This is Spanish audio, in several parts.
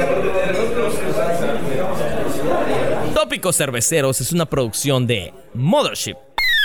Tópicos Cerveceros es una producción de Mothership.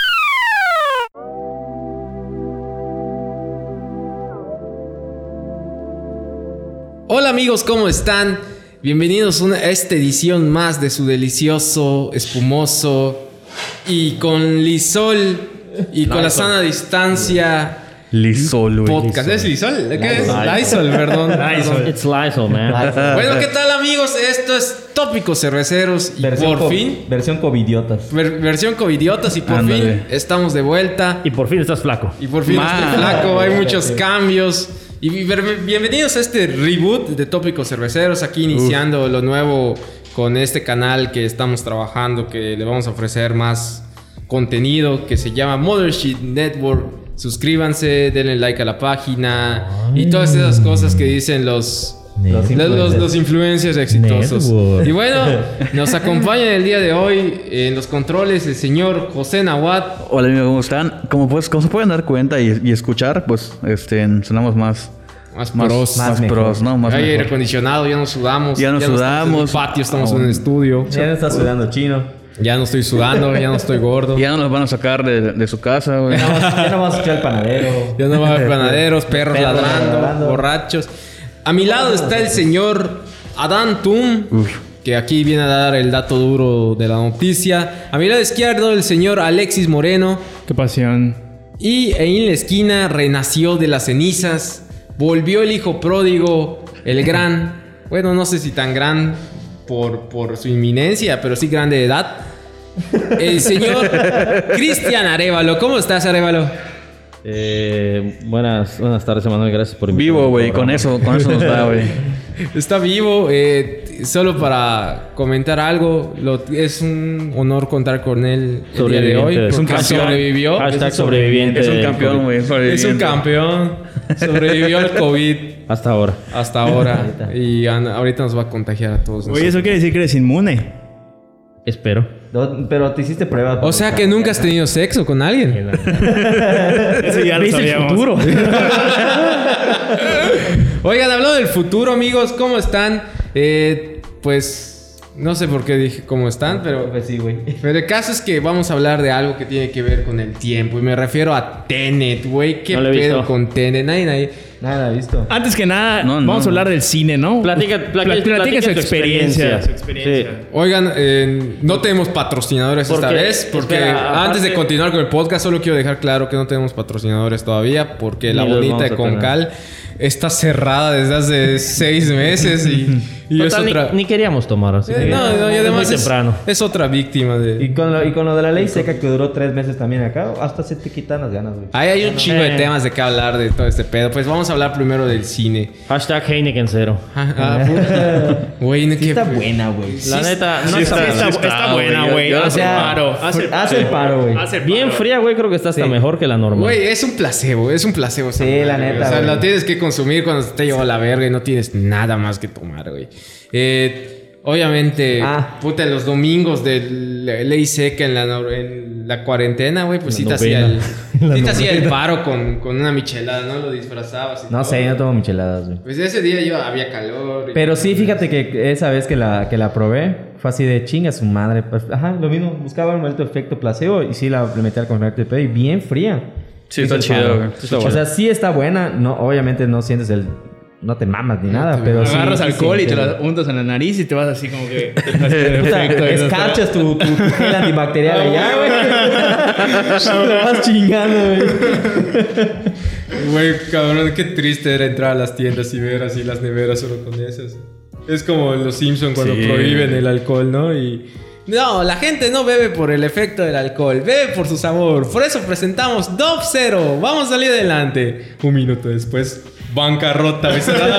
Hola amigos, ¿cómo están? Bienvenidos a esta edición más de su delicioso, espumoso y con Lisol y con la sana distancia Lisol, güey. podcast. ¿Es Lisol? ¿Qué es? Lysol, perdón. It's Lysol, man. Bueno, ¿qué tal amigos? Esto es Tópicos Cerveceros y por fin... Versión covidiotas. Versión covidiotas y por fin estamos de vuelta. Y por fin estás flaco. Y por fin estoy flaco, hay muchos cambios. Y bienvenidos a este reboot de Tópicos Cerveceros. Aquí iniciando lo nuevo con este canal que estamos trabajando, que le vamos a ofrecer más contenido, que se llama Mothership Network. Suscríbanse, denle like a la página y todas esas cosas que dicen los influencers exitosos. Network. Y bueno, nos acompaña el día de hoy en los controles el señor José Nahuat. Hola amigos, ¿cómo están? Como se pueden dar cuenta y escuchar, pues sonamos más pros, ¿no? Más hay aire acondicionado, ya no sudamos. Ya no sudamos. En el patio, estamos en un estudio. Ya no está sudando chino. Ya no estoy sudando, ya no estoy gordo. Ya no nos van a sacar de su casa, güey. Ya no vamos a escuchar el panadero. Ya no va a haber panaderos, perros ladrando, borrachos. A mi lado está el señor Adán Tum, que aquí viene a dar el dato duro de la noticia. A mi lado izquierdo el señor Alexis Moreno. ¡Qué pasión! Y en la esquina renació de las cenizas. Volvió el hijo pródigo, el gran. Bueno, no sé si tan gran por su inminencia, pero sí grande de edad. El señor Cristian Arévalo. ¿Cómo estás, Arévalo? Buenas tardes, Emanuel. Gracias por invitarme. Vivo, güey. Con eso nos da, güey. Está vivo. Solo para comentar algo, es un honor contar con él el día de hoy. Es un campeón. Sobrevivió. Hashtag sobreviviente. Es un campeón, güey. Es un campeón. Sobrevivió al COVID. Hasta ahora. Y ahorita nos va a contagiar a todos. Oye, ¿eso quiere decir que eres inmune? Espero. Pero te hiciste prueba. O sea que nunca has tenido sexo con alguien. Eso ya lo sabíamos. El futuro. Oigan, hablando del futuro, amigos, ¿cómo están? Pues no sé por qué dije cómo están, pero pues sí, güey. Pero el caso es que vamos a hablar de algo que tiene que ver con el tiempo. Y me refiero a Tenet, güey. ¿Qué pedo con Tenet? Nadie. Nada, visto. Antes que nada, vamos a hablar del cine, ¿no? Platica su experiencia. Sí. Oigan, no tenemos patrocinadores esta vez. Porque antes de continuar con el podcast, solo quiero dejar claro que no tenemos patrocinadores todavía. Porque la bonita de Concal está cerrada desde hace 6 meses y es otra... Ni queríamos tomar, así que... No, y además muy temprano. Es otra víctima de... Y con lo de la ley seca que duró 3 meses también acá, hasta se te quitan las ganas, güey. Ahí hay un chingo de temas de qué hablar de todo este pedo. Pues vamos a hablar primero del cine. Hashtag Heineken 0. Güey, sí está buena, güey. La neta, no está buena, güey. Hace el paro, güey. Bien fría, güey. Creo que está hasta mejor que la normal. Güey, es un placebo. Sí, la neta, o sea, güey. lo tienes que consumir cuando te lleva la verga y no tienes nada más que tomar, güey. Obviamente, puta, en los domingos de ley seca en la cuarentena, güey, pues sí te hacía el paro con una michelada, ¿no? Lo disfrazabas y no todo. sé, no tomo micheladas, güey. Pues ese día había calor. Pero sí, fíjate que esa vez que la probé, fue así de chinga su madre. Pues, lo mismo, buscaba un alto efecto placebo y sí le metí al conector de pedo y bien fría. Sí, está chido, güey. O sea, sí está buena. No, obviamente no sientes no te mamas ni nada, pero sí. Agarras alcohol y te lo untas en la nariz y te vas así como que... Escarchas tu gel antibacterial allá, güey. Lo vas chingando, güey. Güey, cabrón, qué triste era entrar a las tiendas y ver así las neveras solo con esas. Es como en Los Simpsons cuando prohíben el alcohol, ¿no? Y... No, la gente no bebe por el efecto del alcohol, bebe por su sabor. Por eso presentamos Dove Zero. Vamos a salir adelante. Un minuto después, bancarrota.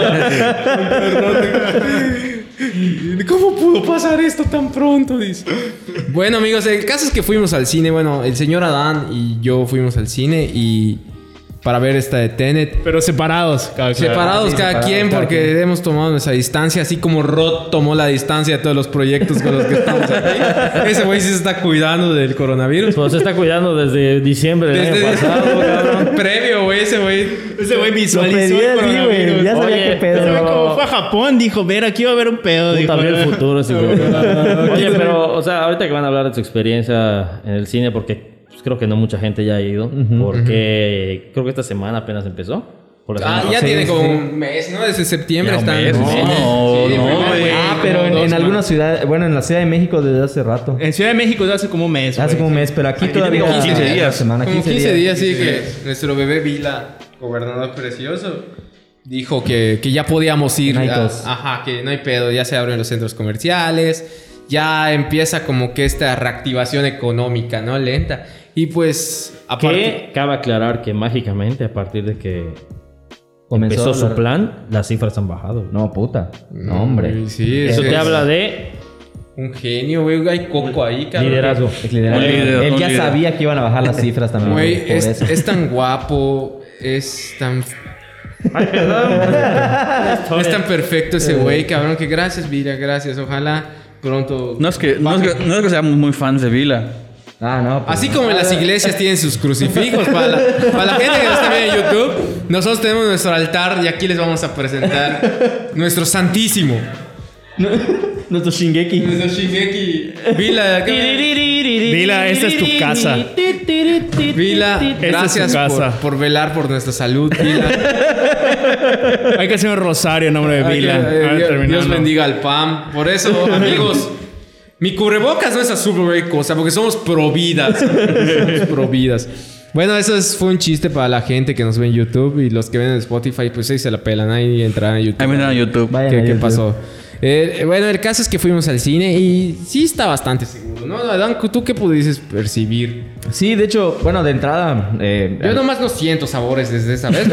¿Cómo pudo pasar esto tan pronto? Dice. Bueno, amigos, el caso es que fuimos al cine. Bueno, el señor Adán y yo fuimos al cine y... para ver esta de Tenet. Pero separados. Separados cada quien porque hemos tomado nuestra distancia, así como Rod tomó la distancia de todos los proyectos con los que estamos aquí. Ese güey sí se está cuidando del coronavirus. Pues se está cuidando desde diciembre del año pasado, cabrón. Previo, güey, ese güey visualizó el coronavirus. Ya sabía qué pedo. Pero como fue a Japón, dijo, ver, aquí va a haber un pedo. Puta, Dijo, vio el futuro ese güey. Oye, pero, o sea, ahorita que van a hablar de su experiencia en el cine, porque pues, creo que no mucha gente ya ha ido, porque creo que esta semana apenas empezó. Ya tiene como un mes, ¿no? Desde septiembre Ya un están... mes, güey. Pero en algunas ciudades... Bueno, en la Ciudad de México desde hace rato. En Ciudad de México ya hace como un mes. Hace güey. como un mes, pero aquí todavía... como 15 días. Semana, Como 15 días, sí, que nuestro bebé Vila, gobernador precioso, dijo que ya podíamos ir. Que no hay pedo, ya se abren los centros comerciales, ya empieza como que esta reactivación económica, ¿no? Lenta. Y pues, Que cabe aclarar que mágicamente a partir de que empezó su plan, las cifras han bajado. No, puta. No, hombre. Sí, Eso te habla de un genio, güey. Hay coco ahí, cabrón. liderazgo. Él ya sabía que iban a bajar las cifras también. Güey, por eso. es tan guapo, es tan... Ay, perdón. Es tan perfecto ese güey, cabrón, que gracias, Vila, gracias. Ojalá pronto... No es que seamos muy fans de Vila. Ah, no. Pues, Así como en las iglesias tienen sus crucifijos para la gente que nos está viendo en YouTube, nosotros tenemos nuestro altar y aquí les vamos a presentar nuestro santísimo. Nuestro Shingeki. Nuestro Shingeki. Vila, Vila, esta es tu casa. Vila, gracias por velar por nuestra salud, Vila. Hay que hacer un rosario en nombre de Vila. Dios bendiga al PAM. Por eso, amigos, mi cubrebocas no es azul, güey, cosa, porque somos providas. Somos providas. Bueno, fue un chiste para la gente que nos ve en YouTube y los que ven en Spotify, pues ahí se la pelan, ahí entrar a YouTube. Ahí me dan a YouTube. ¿Qué pasó? Bueno, el caso es que fuimos al cine y sí está bastante seguro, ¿no? Adán, ¿tú qué pudieses percibir? Sí, de hecho, bueno, de entrada... Yo nomás no siento sabores desde esa vez,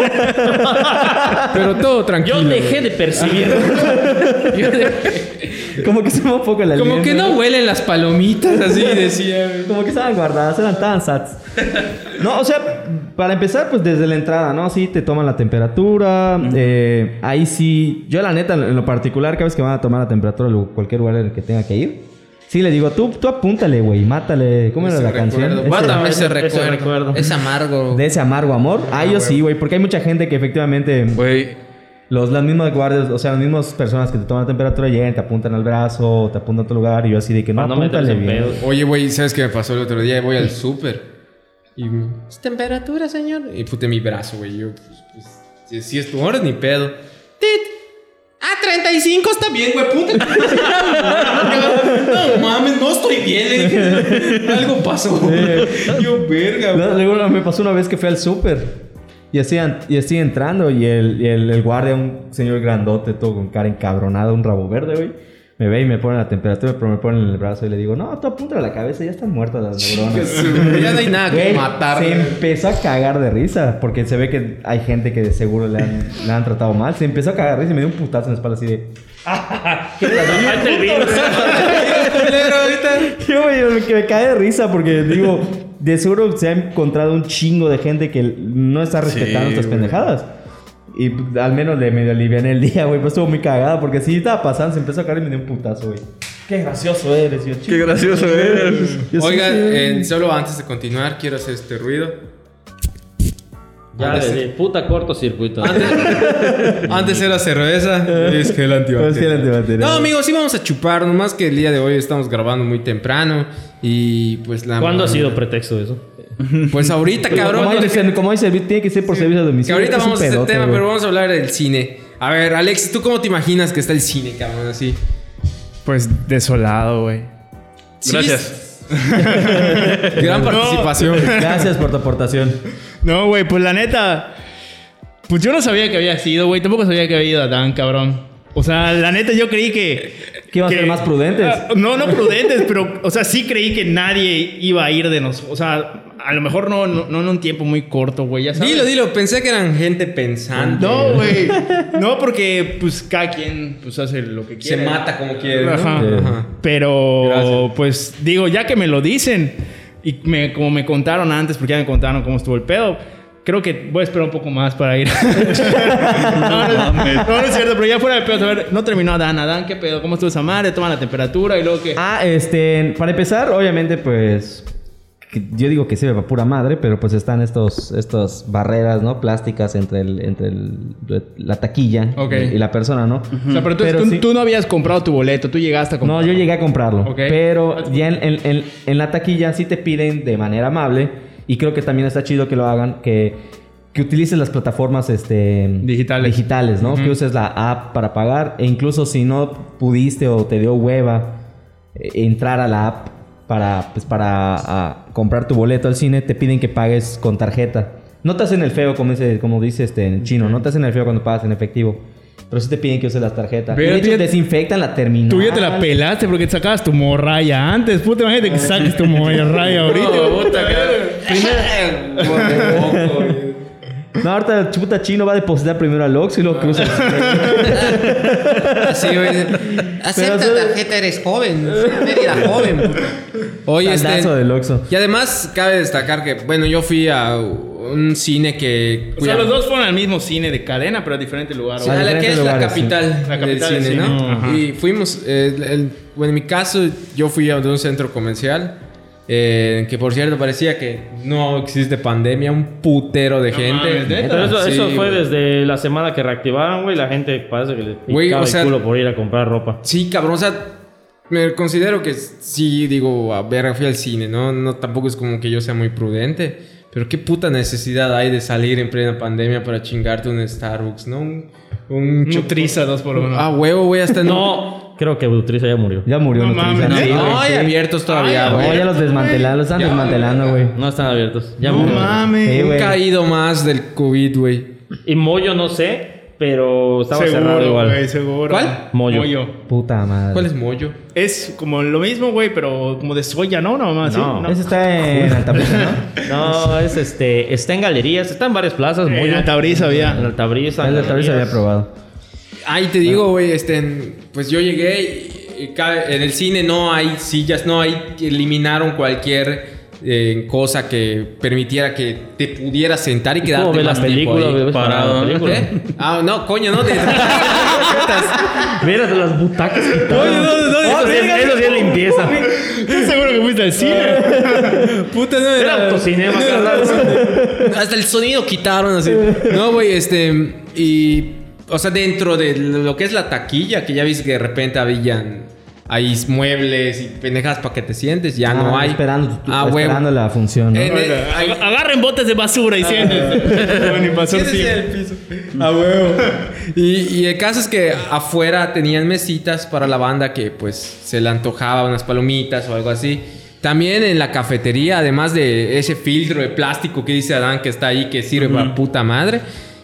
pero todo tranquilo. Yo dejé de percibir. Como que se me un poco la Como que no huelen las palomitas, así decía. Como que estaban guardadas, eran tan sats. No, o sea, para empezar, pues desde la entrada, ¿no? Sí, te toman la temperatura. Ahí sí... Yo, la neta, en lo particular, cada vez que van a tomar la temperatura en cualquier lugar en el que tenga que ir, sí le digo, tú apúntale, güey, mátale. ¿Cómo era la canción? Mátame ese recuerdo. Es amargo. De ese amargo amor. Yo sí, güey, porque hay mucha gente que efectivamente... Güey... Las mismas guardias, o sea, las mismas personas que te toman la temperatura llegan, te apuntan al brazo, te apuntan a otro lugar y yo así de que no, apúntale bien. Oye, güey, ¿sabes qué me pasó el otro día? Voy al súper y... ¿Temperatura, señor? Y pute mi brazo, güey. Yo, pues si es tu orden, ni pedo. ¡Tit! 35 está bien, güey, puta. No mames, no estoy bien. Le dije, algo pasó. Yo, verga, güey. Luego me pasó una vez que fui al súper. Y así entrando y el guardia, un señor grandote, todo con cara encabronada, un rabo verde, güey. Me ve y me pone la temperatura, pero me pone en el brazo y le digo, no, tú apúntale a la cabeza, ya están muertas las neuronas. Ya no hay nada que matar. Se empezó a cagar de risa, porque se ve que hay gente que de seguro le han tratado mal. Se empezó a cagar de risa y me dio un putazo en la espalda así de... Falta el virus. Yo me cae de risa porque digo... De seguro se ha encontrado un chingo de gente que no está respetando estas pendejadas. Y al menos le medio aliviané el día, güey. Pues estuvo muy cagada porque sí estaba pasando, se empezó a caer y me dio un putazo, güey. Qué gracioso eres, yo, chico. Qué gracioso eres. Oigan, solo antes de continuar, quiero hacer este ruido. Ya, de puta cortocircuito. Antes era cerveza. Es gel antibacterial. No, amigos, sí vamos a chupar. Nomás que el día de hoy estamos grabando muy temprano. Y pues la... ¿Cuándo ha sido pretexto eso? Pues ahorita, cabrón. Como hay servicio, tiene que ser por servicio a domicilio. Que ahorita vamos a este tema, pero vamos a hablar del cine. A ver, Alex, ¿tú cómo te imaginas que está el cine, cabrón? Así. Pues desolado, güey. Gracias. Gran participación. Gracias por tu aportación. No, güey, pues la neta... Pues yo no sabía que había sido, güey. Tampoco sabía que había ido a Dan, cabrón. O sea, la neta yo creí que... ¿Que iban a ser más prudentes? No prudentes, pero... O sea, sí creí que nadie iba a ir de nosotros. O sea, a lo mejor no en un tiempo muy corto, güey. Ya sabes. Dilo. Pensé que eran gente pensante. No, güey. No, porque pues cada quien pues hace lo que quiere. Se mata como quiere, ¿no? Ajá. Pero, gracias. Pues digo, ya que me lo dicen... Y como me contaron antes, porque ya me contaron cómo estuvo el pedo... creo que voy a esperar un poco más para ir. No es cierto, pero ya fuera de pedo, a ver, no terminó Adán, ¿qué pedo? ¿Cómo estuvo esa madre? Toman la temperatura y luego qué. Para empezar, obviamente, pues... Yo digo que sirve para pura madre, pero pues están estos barreras, ¿no? Plásticas entre la taquilla y la persona, ¿no? O sea, pero tú no habías comprado tu boleto, tú llegaste a comprarlo. No, yo llegué a comprarlo. Okay. Pero ya en la taquilla sí te piden de manera amable, y creo que también está chido que lo hagan, que utilices las plataformas digitales, ¿no? Que uses la app para pagar, e incluso si no pudiste o te dio hueva entrar a la app para comprar tu boleto al cine, te piden que pagues con tarjeta. No te hacen el feo, como dice en chino, no te hacen el feo cuando pagas en efectivo. Pero sí te piden que uses las tarjetas. Pero de hecho, desinfectan la terminal. Tú ya te la pelaste porque te sacabas tu morralla antes. Puta, imagínate que saques tu morralla ahorita. No, ahorita el chuta chino va a depositar primero al Oxxo y luego cruza. Así, güey. Acepta tarjeta, eres joven. Eres joven. Oye, del Oxxo. Y además, cabe destacar que, bueno, yo fui a un cine que... O sea, los dos fueron al mismo cine de cadena, pero a diferente lugar. Sí, a la que es la capital del cine, ¿no? Ajá. Y fuimos... bueno, en mi caso, yo fui a un centro comercial... que por cierto parecía que no existe pandemia, un putero de gente. Pero eso fue desde la semana que reactivaron, güey. La gente parece que le picaba el culo por ir a comprar ropa. Sí, cabrón, o sea, me considero que sí, digo, a ver, fui al cine, ¿no? Tampoco es como que yo sea muy prudente. Pero qué puta necesidad hay de salir en plena pandemia para chingarte un Starbucks, ¿no? Un Nutriza 2x1. Ah, huevo, güey, hasta no. Creo que Nutriza ya murió. Ya murió Nutriza. No, hay abiertos todavía, güey. No, ya los desmantelaron, los están desmantelando, güey. No están abiertos. Ya no murió. Mames. Sí, un caído más del COVID, güey. Y Moyo no sé, pero estaba cerrado igual. Wey, seguro. ¿Cuál? Moyo. Puta madre. ¿Cuál es Moyo? Es como lo mismo, güey, pero como de soya, ¿no? No. ¿Sí? Ese está en Altabrisa, ¿no? No, es está en galerías, está en varias plazas. En Altabrisa había. En Altabrisa. En Altabrisa había probado. Ay, te digo, güey, pues yo llegué y en el cine no hay sillas, eliminaron cualquier cosa que permitiera que te pudieras sentar y quedarte ver más la película, tiempo ahí. parado. ¿Qué? Ah, no, coño, no. Mira, de las butacas quitadas. Eso sí es limpieza. Estoy seguro que fuiste al cine. Puta, no era autocinema, hasta el sonido quitaron así. No, güey, y... O sea, dentro de lo que es la taquilla, que ya viste que de repente habían ahí muebles y pendejas para que te sientes, ya no hay. Esperando la función, ¿no? Agarren botes de basura y siéntense. Siéntense en el piso. A huevo. Y el caso es que afuera tenían mesitas para la banda que pues se le antojaba unas palomitas o algo así. También en la cafetería, además de ese filtro de plástico que dice Adán que está ahí, que sirve para puta madre.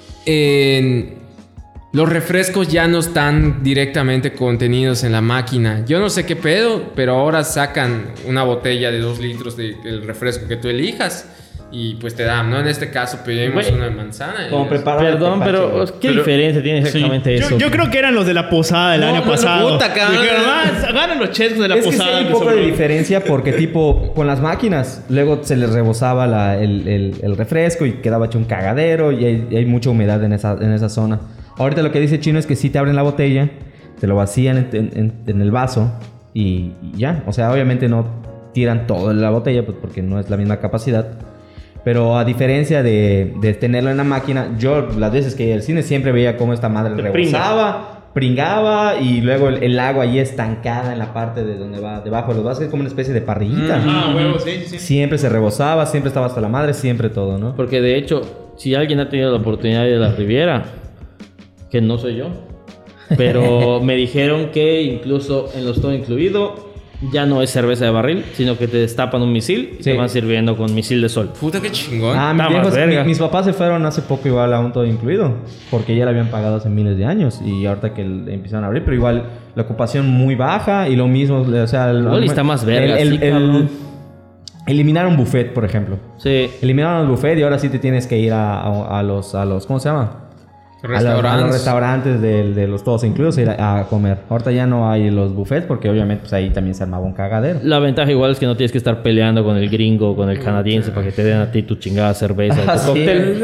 Los refrescos ya no están directamente contenidos en la máquina. Yo no sé qué pedo, pero ahora sacan una botella de 2 litros del refresco que tú elijas. Y pues te dan, ¿no? En este caso pedimos una de manzana. Perdón, pero ¿qué diferencia tiene exactamente eso? Yo creo que eran los de la posada del año pasado. Puta, cabrón. Agarren los chescos de la posada. Es que sí hay un poco de diferencia porque tipo con las máquinas luego se les rebosaba el refresco y quedaba hecho un cagadero y hay mucha humedad en esa zona. Ahorita lo que dice Chino es que sí te abren la botella, te lo vacían en el vaso y ya. O sea, obviamente no tiran todo en la botella pues porque no es la misma capacidad. Pero a diferencia de tenerlo en la máquina, yo las veces que iba al cine siempre veía cómo esta madre rebosaba, pringaba y luego el agua ahí estancada en la parte de donde va debajo de los vasos, es como una especie de parrillita. Huevo, sí. Siempre se rebosaba, siempre estaba hasta la madre, siempre todo, ¿no? Porque de hecho, si alguien ha tenido la oportunidad de la Riviera, que no soy yo, pero me dijeron que incluso en los todo incluido ya no es cerveza de barril, sino que te destapan un misil y te van sirviendo con misil de sol. Puta, qué chingón. Mis papás se fueron hace poco igual a un todo incluido, porque ya le habían pagado hace miles de años y ahorita que empezaron a abrir, pero igual la ocupación muy baja y lo mismo, o sea... Está más verga, eliminaron buffet, por ejemplo. Sí. Eliminaron el buffet y ahora sí te tienes que ir a los ¿cómo se llama? a los restaurantes de los todos incluidos ir a comer. Ahorita ya no hay los buffets porque obviamente pues ahí también se armaba un cagadero. La ventaja igual es que no tienes que estar peleando con el gringo o con el canadiense para que te den a ti tu chingada cerveza y tu Sí. cóctel.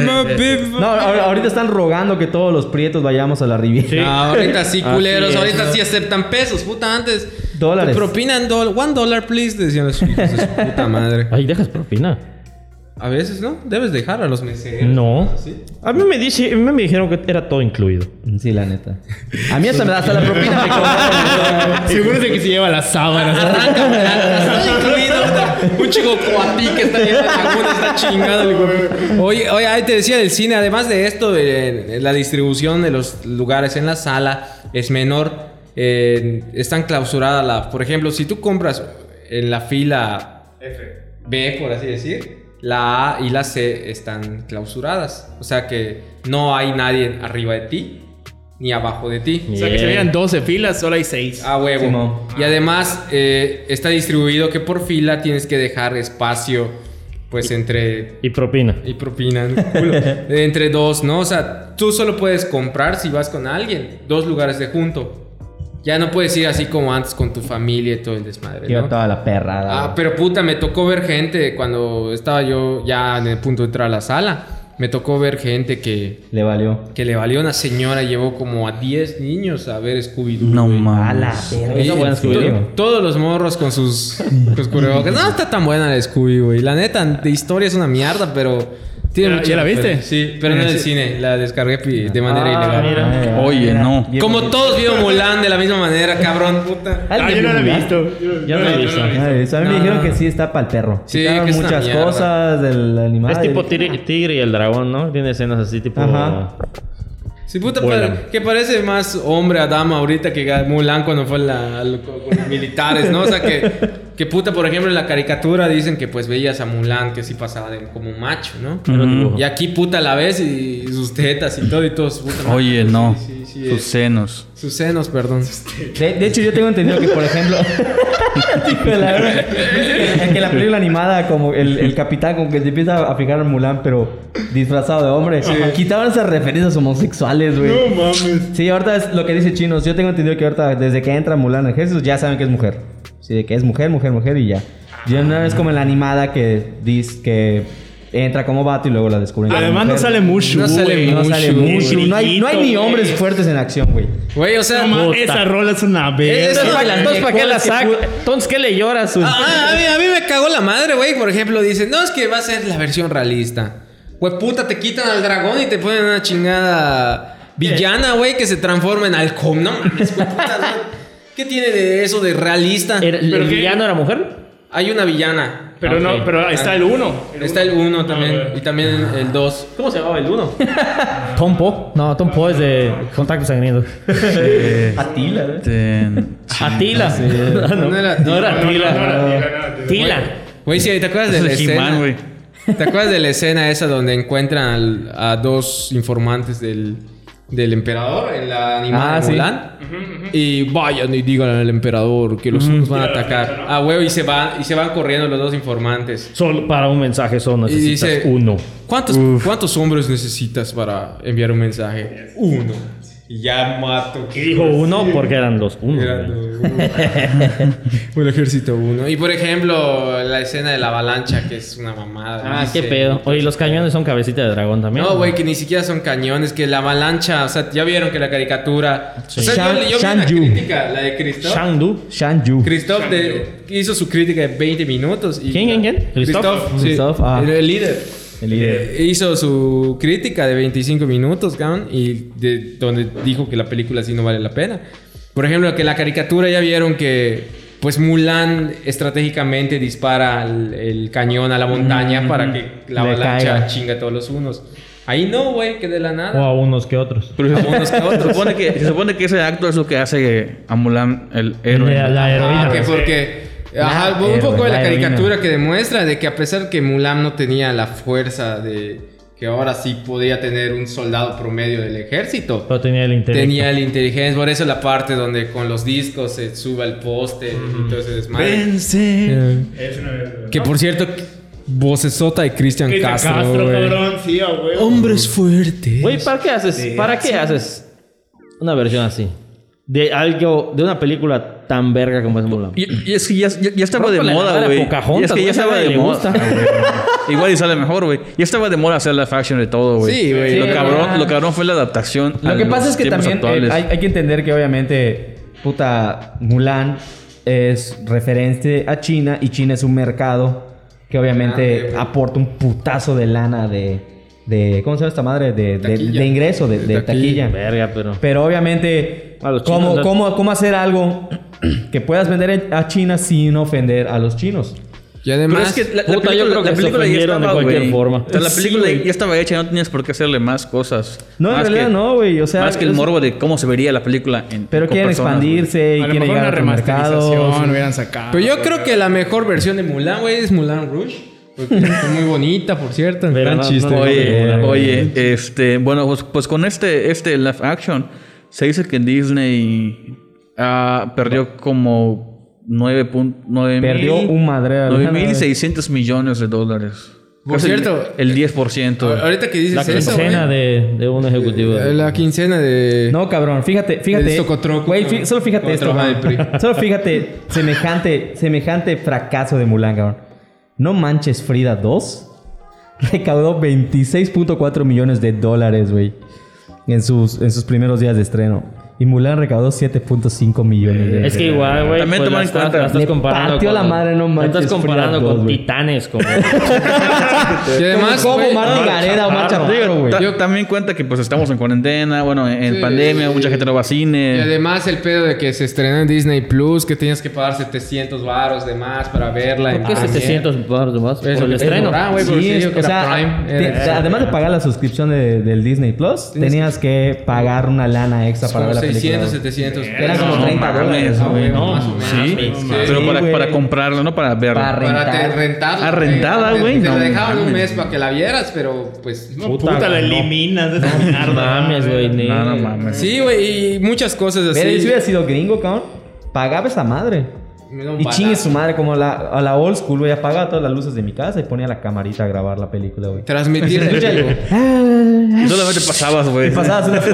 No, ahorita están rogando que todos los prietos vayamos a la Riviera. No, ahorita sí, culeros. Así es, Ahorita ¿no? sí aceptan pesos. Puta, antes... Dólares. Te propinan $1, please. Decían los hijos de su puta madre. Ay, dejas propina. A veces, ¿no? Debes dejar a los meseros. No. ¿Sí? A mí me dijeron que era todo incluido. Sí, la neta. A mí hasta la propina me cobran. Seguro es que se lleva las sábanas. Está incluido. Un chico coatí que está ahí en la laguna, está chingado. Oye, ahí te decía del cine. Además de esto, la distribución de los lugares en la sala es menor. Están clausuradas. Por ejemplo, si tú compras en la fila B, por así decir, la A y la C están clausuradas. O sea que no hay nadie arriba de ti ni abajo de ti. O sea, que se veían 12 filas, solo hay 6. A huevo. Simón. Y además está distribuido que por fila tienes que dejar espacio, pues entre... Y propina. Y propina, ¿no? Culo. Entre dos, ¿no? O sea, tú solo puedes comprar si vas con alguien. 2 lugares de junto. Ya no puedes ir así como antes con tu familia y todo el desmadre, Yo ¿no? toda la perrada. Pero puta, me tocó ver gente cuando estaba yo ya en el punto de entrar a la sala. Me tocó ver gente que Le valió. le valió. Una señora llevó como a 10 niños a ver Scooby-Doo. No güey. A la mames. perra. Y Esa buena Scooby-Doo. todos los morros con sus cubrebocas. No está tan buena la Scooby, güey. La neta, de historia es una mierda, pero... tiene ¿Ya la viste? Sí, pero no en el cine. La descargué de manera ilegal. mira. Oye, no. Como todos vieron Mulan de la misma manera, cabrón, puta. Yo no la he visto. Ya no he visto. A mí me dijeron que sí está para el perro. Sí, Quitaron que es una muchas mierda. cosas del animal. Es tipo Tigre y el dragón, ¿no? Tiene escenas así tipo... Ajá. Sí, puta, Vuelan. que parece más hombre a dama ahorita que Mulan cuando fue con los militares, ¿no? O sea, que puta, por ejemplo, en la caricatura dicen que pues veías a Mulan que sí pasaba como un macho, ¿no? Ujú. Y aquí puta la ves y sus tetas y todo puta. Oye, no. Sí, Sus senos. sus senos, perdón. De hecho, yo tengo entendido que, por ejemplo... Hijo de la verga. que en la película animada, como el capitán como que se empieza a fijar en Mulan, pero disfrazado de hombre. Quitaban esas referencias homosexuales, güey. No mames. Sí, ahorita es lo que dice Chinos. Yo tengo entendido que ahorita, desde que entra Mulan en ejército, ya saben que es mujer. Sí, de que es mujer y ya. Ya no es como en la animada que dice que entra como vato y luego la descubren. que es Además, no mujer. sale Mushu. No sale güey. No sale Mushu, mucho. No hay ni güey. hombres fuertes en acción, güey. Güey, o sea... No mames, esa rola es una verga. Eso es la- Entonces, ¿para qué la saca? Entonces, ¿qué le llora a su...? a mí me cagó la madre, güey. Por ejemplo, dicen, no, es que va a ser la versión realista. Güey, puta, te quitan al dragón y te ponen una chingada villana, güey, que se transforma en halcón. No mames, güey, puta, ¿no? ¿Qué tiene de eso de realista? ¿El ¿Pero qué? villano era mujer? Hay una villana. Pero Ok. no, pero está el 1. Está el 1 también. Ah, Y también el 2. ¿Cómo se llamaba el uno? Tom Po. No, Tom Po es de Contacto Sangriento. Atila, güey. Atila. No era No era Atila. Tila. Güey, sí, ¿te acuerdas de la Es He-Man, escena? güey. ¿Te acuerdas de la escena esa donde encuentran a 2 informantes del emperador en la animada Ah, de sí. Mulan? Y vayan y digan al emperador que los unos van a atacar. Ah, güey, y se van corriendo los 2 informantes. Solo para un mensaje solo Y necesitas dice, uno. ¿Cuántos hombres necesas para enviar un mensaje? 1. Y ya mato. Y dijo uno porque eran los uno. Era güey. un ejército 1. Y por ejemplo, la escena de la avalancha, que es una mamada. Ah, dice- qué pedo. Oye, ¿los cañones son cabecita de dragón también? No, güey, que ni siquiera son cañones, que la avalancha, o sea, ya vieron que la caricatura. O sea, yo vi una Shan-Yu. crítica, la de Christoph. Shangdu. Shan-Yu. Christoph hizo su crítica de 20 minutos. Y ¿Quién? Christoph, sí, Christoph, ah. el líder. El líder. Hizo su crítica de 25 minutos, cabrón, y donde dijo que la película sí no vale la pena. Por ejemplo, que la caricatura ya vieron que pues Mulan estratégicamente dispara el cañón a la montaña para que la Le avalancha caiga. chinga a todos los unos. Ahí no, güey, que de la O nada. a unos que otros. Pero A unos que otros. se supone que ese acto es lo que hace a Mulan el héroe. La heroína. Ah, que porque... Ajá, La un poco de la heroína. caricatura que demuestra de que a pesar que Mulan no tenía la fuerza de que ahora sí podía tener un soldado promedio del ejército, Pero tenía el intelecto. tenía el inteligencia. Por eso la parte donde con los discos se sube al poste y todo ese desmadre. Vence. Es una verga. Que por cierto, vocesota de Cristian Castro, güey. cabrón. Sí, güey. Hombres fuertes. Güey, ¿para qué haces una versión así? De algo, de una película tan verga como es Mulan. Y es que ya estaba de Rómpale la moda, madre a güey. Pocahontas, Y es que güey, ya esa estaba nadie de le moda. gusta. Igual y sale mejor, güey. Ya estaba de moda hacer la faction de todo, güey. Sí, güey. Lo cabrón fue la adaptación. Lo a que pasa los es que tiempos también actuales. hay que entender que obviamente, Mulan es referente a China y China es un mercado que obviamente aporta un putazo de lana de ¿cómo se llama esta madre? De ingreso, de taquilla. Verga, pero... Pero obviamente, A los chinos, ¿cómo hacer algo que puedas vender a China sin ofender a los chinos? Y Pero además, es que la Puta, yo creo que se película ya ofendieron de estaba, cualquier güey. forma. O sea, la Sí, película güey. ya estaba hecha, no tenías por qué hacerle más cosas. No, en Más realidad que- no, güey. O sea, Más que el es- morbo de cómo se vería la película en Pero con quieren personas, güey. expandirse y A lo quieren mejor llegar a una otros remasterización mercados. hubieran sacado. pero yo creo que la mejor versión de Mulan, güey, es Mulan Rouge. Porque es muy bonita, por cierto. Pero Gran no- chiste. no- Oye, bueno, pues con este live action se dice que Disney perdió como 9.9 Perdió un madre. 9.600 millones de dólares. Por Casi cierto, el 10%. Ahorita que dices La eso, quincena güey, de un ejecutivo. la quincena de... No, cabrón, fíjate. El Socotroco, Güey, cabrón. solo fíjate Cuando esto, trabajaba cabrón. en PRI. Solo fíjate semejante fracaso de Mulan, cabrón. No manches, Frida 2 recaudó 26.4 millones de dólares, güey, en sus primeros días de estreno. Y Mulan recaudó 7.5 millones de Es que igual, güey. También pues toma la en estás- cuenta- la estás Le comparando partió la madre, no manches, la estás comparando Frida con 2, güey. Titanes, como... Y además, como güey, Marlon Gareda o Omar Chaparro, güey. También cuenta que pues estamos en cuarentena, bueno, en Sí, pandemia, mucha gente no va a y cine. además el pedo de que se estrenó en Disney Plus, que tenías que pagar 700 varos de más para verla. ¿Por qué en Premiere. 700 dólares más? Eso Por el que estreno. cobraban, güey, por Sí, si digo que o era sea, Prime. Era- además de pagar la suscripción del Disney Plus, tenías que pagar una lana extra para como ver la película. 600, güey. 700. Eran como No 30 dólares, mames, güey. no, más o menos. Sí, Sí, pero Sí, güey. para comprarla, no para verla. Para Para rentar. rentarla. rentada, Te- güey, Te no la dejaban un mames. mes para que la vieras, pero pues... No, puta, la no. eliminas de esa No mierda. mames, güey. ni- No mames. Sí, güey, y muchas cosas así. Pero si hubiera sido gringo, cabrón, pagaba esa madre. Me da un Y balazo. chingue su madre, como a la old school, güey. Apagaba todas las luces de mi casa y ponía la camarita a grabar la película, güey. Transmitir en vivo. Y solamente pasabas, güey. Pasabas una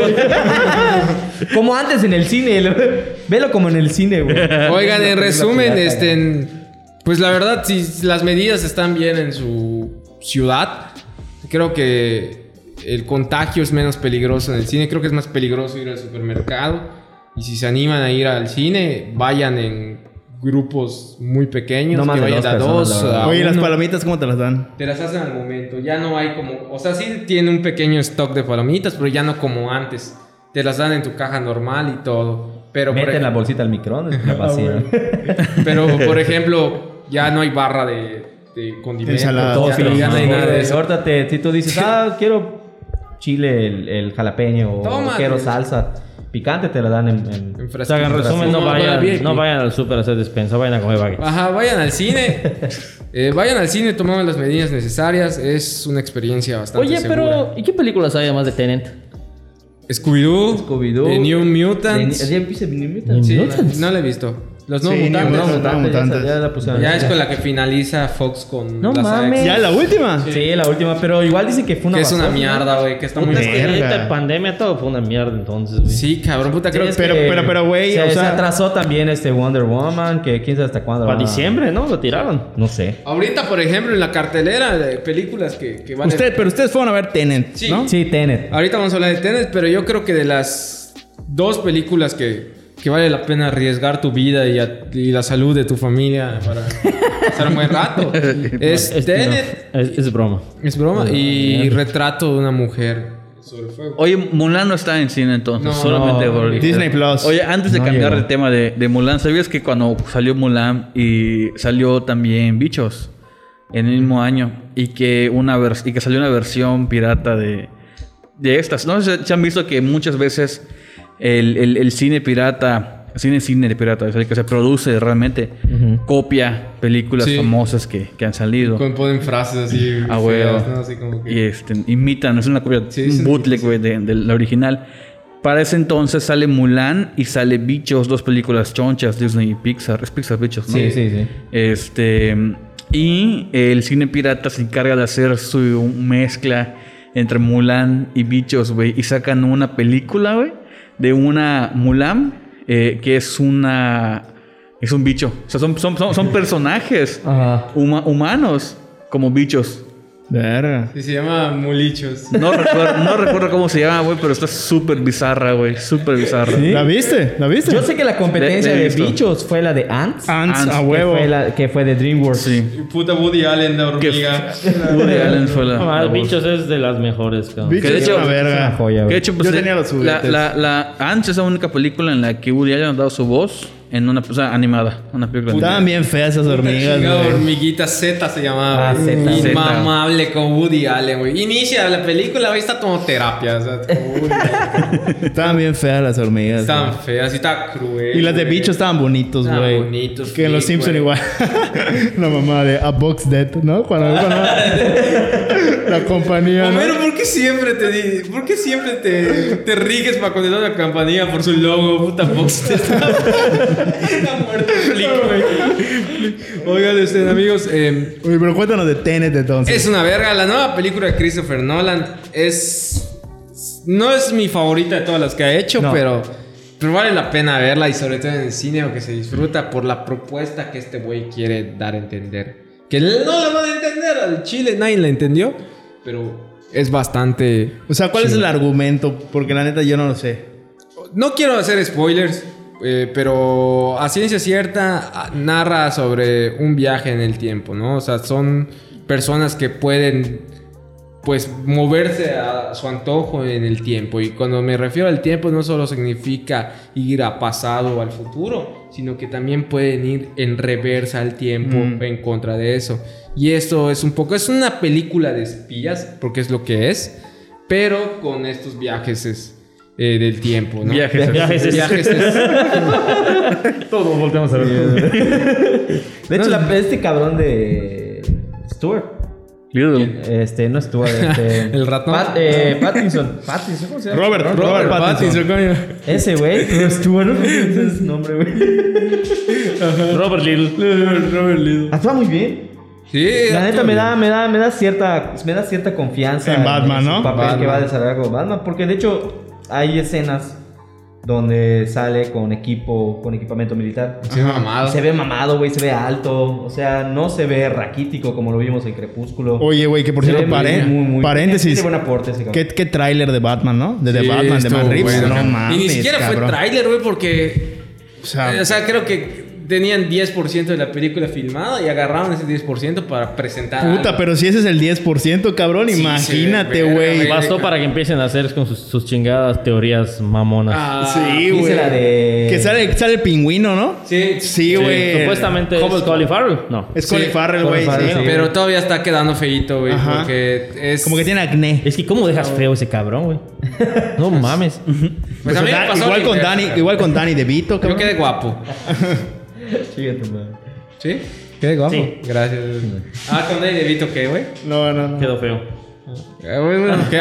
como antes en el cine. Velo como en el cine, güey. Oigan, en resumen, En... pues la verdad, si las medidas están bien en su ciudad, creo que el contagio es menos peligroso en el cine. Creo que es más peligroso ir al supermercado. Y si se animan a ir al cine, vayan en grupos muy pequeños. No más que de vayan dos a personas, dos, la verdad. a Oye, ¿las uno. palomitas cómo te las dan? Te las hacen al momento. Ya no hay como... O sea, sí tiene un pequeño stock de palomitas, pero ya no como antes. Te las dan en tu caja normal y todo. Pero Mete en la bolsita al microondas, la vacía. Pero, por ejemplo, ya no hay barra de condimentos. Ensalada. Todo ya, filo. ya no hay nada de eso. Ahorita si tú dices, quiero chile, el jalapeño o Tómale. quiero salsa picante, te la dan en En O sea, frasquito. en resumen, no VIP. vayan al súper a hacer despensa, vayan a comer baguettes. Ajá, vayan al cine. Vayan al cine, tomamos las medidas necesarias. Es una experiencia bastante Oye, segura. pero ¿y qué películas hay además de Tenet? Scooby-Doo. The New Mutants. ¿Ya viste New Mutants? Sí, Mutants? no la he visto. Los Sí, nuevos New mutantes. Mutantes. Ya la pusieron. Ya es con la que finaliza Fox con No la saga mames. X. ¿Ya la última? Sí, la última, pero igual dicen que fue una Que es una basofia, ¿no? mierda, güey. Que está muy... Puta, es que Verga. ahorita en pandemia todo fue una mierda entonces, güey. Sí, cabrón, puta, creo Sí, es que... Pero, güey, se, o sea- se atrasó también Wonder Woman, que quién sabe hasta cuándo. Para va. diciembre, ¿no? Lo tiraron. No sé. Ahorita, por ejemplo, en la cartelera de películas que van Pero ustedes fueron a ver Tenet, Sí. ¿no? Sí, Tenet. Ahorita vamos a hablar de Tenet, pero yo creo que de las dos películas que vale la pena arriesgar tu vida y la salud de tu familia para pasar un buen rato es Tenet, no, es broma. es broma, y Retrato de una mujer sobre fuego. Oye, Mulan no está en cine entonces, No, solamente no, por Disney Plus. Oye, antes de No cambiar llegó. el tema de Mulan, ¿sabías que cuando salió Mulan y salió también Bichos en el mismo año y que salió una versión pirata de estas? ¿No sé si han visto que muchas veces el cine pirata, cine de pirata, es el que se produce realmente, copia películas Sí. famosas que han salido? Ponen frases así Ah, güey. feas, ¿no? Así como que... Y imitan, es una copia, Sí, es un un- bootleg, güey, de la original. Para ese entonces sale Mulan y sale Bichos, dos películas chonchas, Disney y Pixar. Es Pixar, Bichos, ¿no? Sí. Y el cine pirata se encarga de hacer su mezcla entre Mulan y bichos, güey. Y sacan una película, güey, de una Mulan que es un bicho. O sea, son personajes humanos como bichos. Verga. Sí, se llama Mulichos. No recuerdo cómo se llama, güey, pero está súper bizarra, güey. Súper bizarra. ¿Sí? ¿La viste? Yo sé que la competencia La he de visto. bichos fue la de Ants. Ants, a que huevo. que fue de DreamWorks. Sí. Puta Woody Allen de hormiga. Woody Allen fue No, la mames, voz. Bichos es de las mejores, cabrón. Bichos Que de es hecho- una Es verga. una joya, Que de güey. hecho, pues, Yo tenía los juguetes. la Ants es la única película en la que Woody Allen ha dado su voz en una, o sea, animada. Una película animada. Estaban bien feas esas hormigas, Chingada güey. hormiguita Z se llamaba. Ah, güey. Zeta. Inmamable con Woody Allen, güey. Inicia la película, güey, está como terapia. O sea, como Woody Allen. Estaban bien feas las hormigas. Estaban güey. feas y está cruel. Y las de güey. bichos estaban bonitos, Estaban güey. bonitos, Que en los sí, Simpson güey. igual. La mamá de A Box Dead, ¿no? Cuando la compañía, ¿no? Homero, ¿por qué siempre te riges para condenar a la compañía por su logo? Puta Fox. Está muerto el flick, güey. Oigan, amigos, Oye, pero cuéntanos de Tenet entonces. es una verga. La nueva película de Christopher Nolan no es mi favorita de todas las que ha hecho, No. pero vale la pena verla y sobre todo en el cine, porque se disfruta por la propuesta que este güey quiere dar a entender. Que no la van a entender al chile, nadie la entendió, pero es bastante... O sea, ¿cuál es el argumento? Porque la neta yo no lo sé. No quiero hacer spoilers, pero a ciencia cierta narra sobre un viaje en el tiempo, ¿no? O sea, son personas que pueden, pues, moverse a su antojo en el tiempo. Y cuando me refiero al tiempo, no solo significa ir a pasado o al futuro, sino que también pueden ir en reversa al tiempo en contra de eso. Y esto es es una película de espías, porque es lo que es, pero con estos viajes del tiempo, ¿no? Viajes. Todos volteamos a ver. De hecho, este cabrón de Stewart. Little. No Stewart, El ratón. Pattinson. Pattinson, ¿cómo se llama? Robert Pattinson. coño. Ese güey, pero Stewart, no sé su nombre, güey. Robert Little. Actúa muy bien. Sí, La neta me da cierta confianza En Batman, su ¿no? papel Batman. que va a desarrollar como Batman, porque de hecho hay escenas donde sale con equipamiento militar. Sí, mamado. Y se ve mamado, güey, se ve alto, o sea, no se ve raquítico como lo vimos en Crepúsculo. Oye, güey, que por Se cierto, ve muy paréntesis. Tiene buen aporte ese cabrón. ¿Qué tráiler de Batman, ¿no? De The Sí, Batman, de estuvo Matt Reeves. bueno. No mames, Y ni siquiera cabrón. fue tráiler, güey, porque... O sea, creo que tenían 10% de la película filmada y agarraron ese 10% para presentar puta, algo. pero si ese es el 10%, cabrón, Sí, imagínate, sí, verga, güey. güey. Bastó para que empiecen a hacer con sus chingadas teorías mamonas. Sí, Dice güey. la de... Que sale el pingüino, ¿no? Sí, Sí, güey. Supuestamente es Hubble. Colin Farrell. No. Es Colin Sí, Farrell, Colin güey. Farrell, Sí. sí. pero todavía está quedando feíto, güey, Ajá. porque es... Como que tiene acné. Es que ¿cómo dejas feo ese cabrón, güey? No mames. Pues a mí me pasó igual la con inversa. Danny, igual con Danny DeVito, Yo cabrón. quedé guapo. Chica tu madre. ¿Sí? Quedé guapo. Sí. Gracias. Con Danny DeVito, ¿qué, güey? No. Quedó feo. Bueno, ¿qué?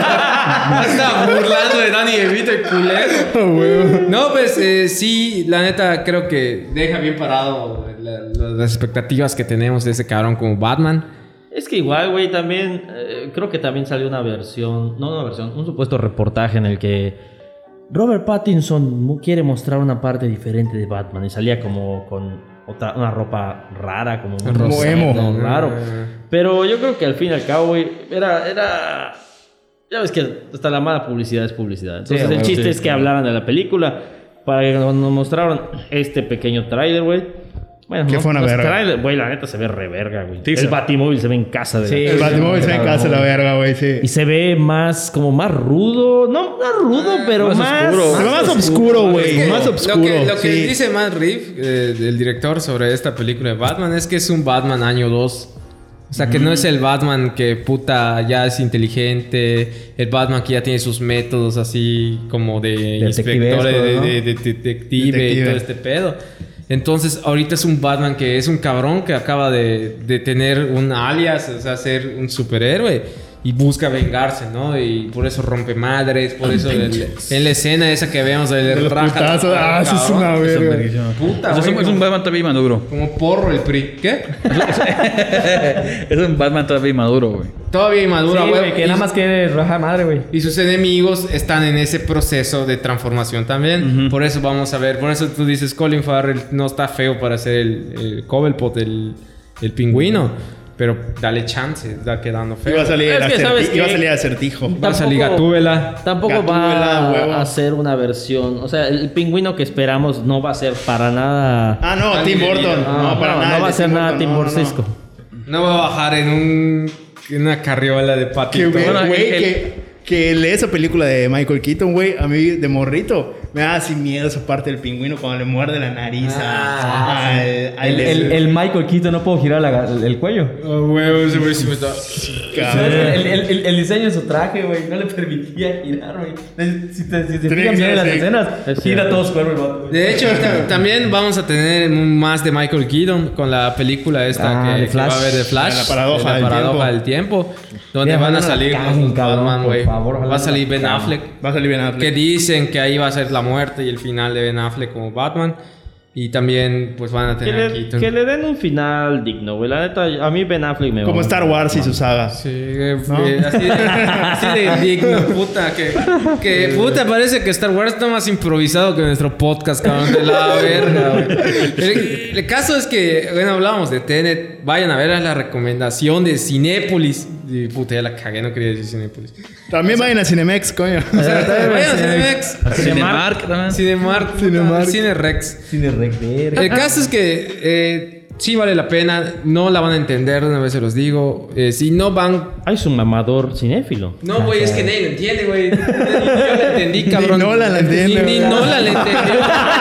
Está burlando de Danny DeVito, el culero. No, pues sí, la neta creo que deja bien parado las expectativas que tenemos de ese cabrón como Batman. Es que igual, güey, también... creo que también salió una versión... No una versión, un supuesto reportaje en el que Robert Pattinson quiere mostrar una parte diferente de Batman. Y salía como con una ropa rara, como un Como emo. no, raro. Pero yo creo que al fin y al cabo, güey, era... Ya ves que hasta la mala publicidad es publicidad. Entonces Sí, el güey, chiste sí. es que hablaran de la película para que nos mostraron este pequeño tráiler, güey. Bueno, Que fue una verga. tráiler, güey, la neta se ve re verga, güey. Sí, El Batimóvil se ve en casa de Sí. El Batimóvil se en casa la verga, güey, sí. y se ve más, como más rudo. No rudo, pero más oscuro. Se ve más oscuro, Es güey. que Más oscuro. Lo que sí. dice Matt Reeves, el director, sobre esta película de Batman es que es un Batman año 2. O sea, que no es el Batman que puta ya es inteligente, el Batman que ya tiene sus métodos así como de inspector, Detectivesco, ¿no? de detective y todo este pedo. Entonces, ahorita es un Batman que es un cabrón que acaba de tener un alias, o sea, ser un superhéroe. y busca vengarse, ¿no? Y por eso rompe madres, por eso en la escena esa que vemos De el los raja. putazos. Ah, eso es una verga. Puta, Es güey, un Batman todavía maduro. como porro el PRI. ¿Qué? Es un Batman todavía maduro, güey. Todavía inmadura, Sí, güey. güey, que nada más quiere rajar madre, güey. Y sus enemigos están en ese proceso de transformación también. Por eso vamos a ver. Por eso tú dices, Colin Farrell no está feo para ser el Cobblepot, el pingüino. Pero dale chance, está quedando feo. Iba a salir Es que, ¿sabes qué? iba a salir Acertijo. Va a salir Gatúbela. Tampoco Gatúbela, huevo. va a ser una versión. O sea, el pingüino que esperamos no va a ser para nada. Ah, no, Tim Burton. No, para nada. No va a el de ser Tim nada Burton, Tim no, no, no. Burcisco. No va a bajar en una carriola de Que, patito. güey, Bueno, que lee esa película de Michael Keaton, güey, a mí de morrito, me da sin miedo esa parte del pingüino cuando le muerde la nariz El Michael Keaton no puedo girar el cuello. Oh, güey, ese güey sí me está... El diseño de su traje, güey, no le permitía girar, güey. Si te que fijan bien ser en las así. escenas, Es gira cierto. todo su cuerpo el vato, güey. De hecho, también vamos a tener más de Michael Keaton con la película esta Ah, de que va a Flash. haber de Flash. La paradoja de la del paradoja tiempo. del tiempo. Donde Mira, van a ojalá no la salir caguen, los cabrón, Batman, por güey. favor, ojalá Va a no salir la Ben caguen. Affleck. Va a salir Ben Que Affleck. dicen que ahí va a ser la muerte y el final de Ben Affleck como Batman. Y también pues van a Que tener a le, Keaton. que le den un final digno, güey. La neta, a mí Ben Affleck me va. Como Star Wars y su saga. Sí, así de digno, puta. Que puta, parece que Star Wars está más improvisado que nuestro podcast, cabrón. De la verga, güey. El caso es que, bueno, hablábamos de Tenet. Vayan a ver la recomendación de Cinépolis. Y puta, ya la cagué, no quería decir Cinépolis. También vayan a Cinemex, coño. Vayan a Cinemex. Cinemark también. Cinemark, Cinemark. Cinerex. Cine rec, verga. El caso es que sí vale la pena. No la van a entender, de una vez se los digo. Si no van... Ay, es un mamador cinéfilo. No, güey, es que nadie lo entiende, güey. Yo la entendí, cabrón. Ni Nolan la entiende, Ni güey. Nolan la entendió.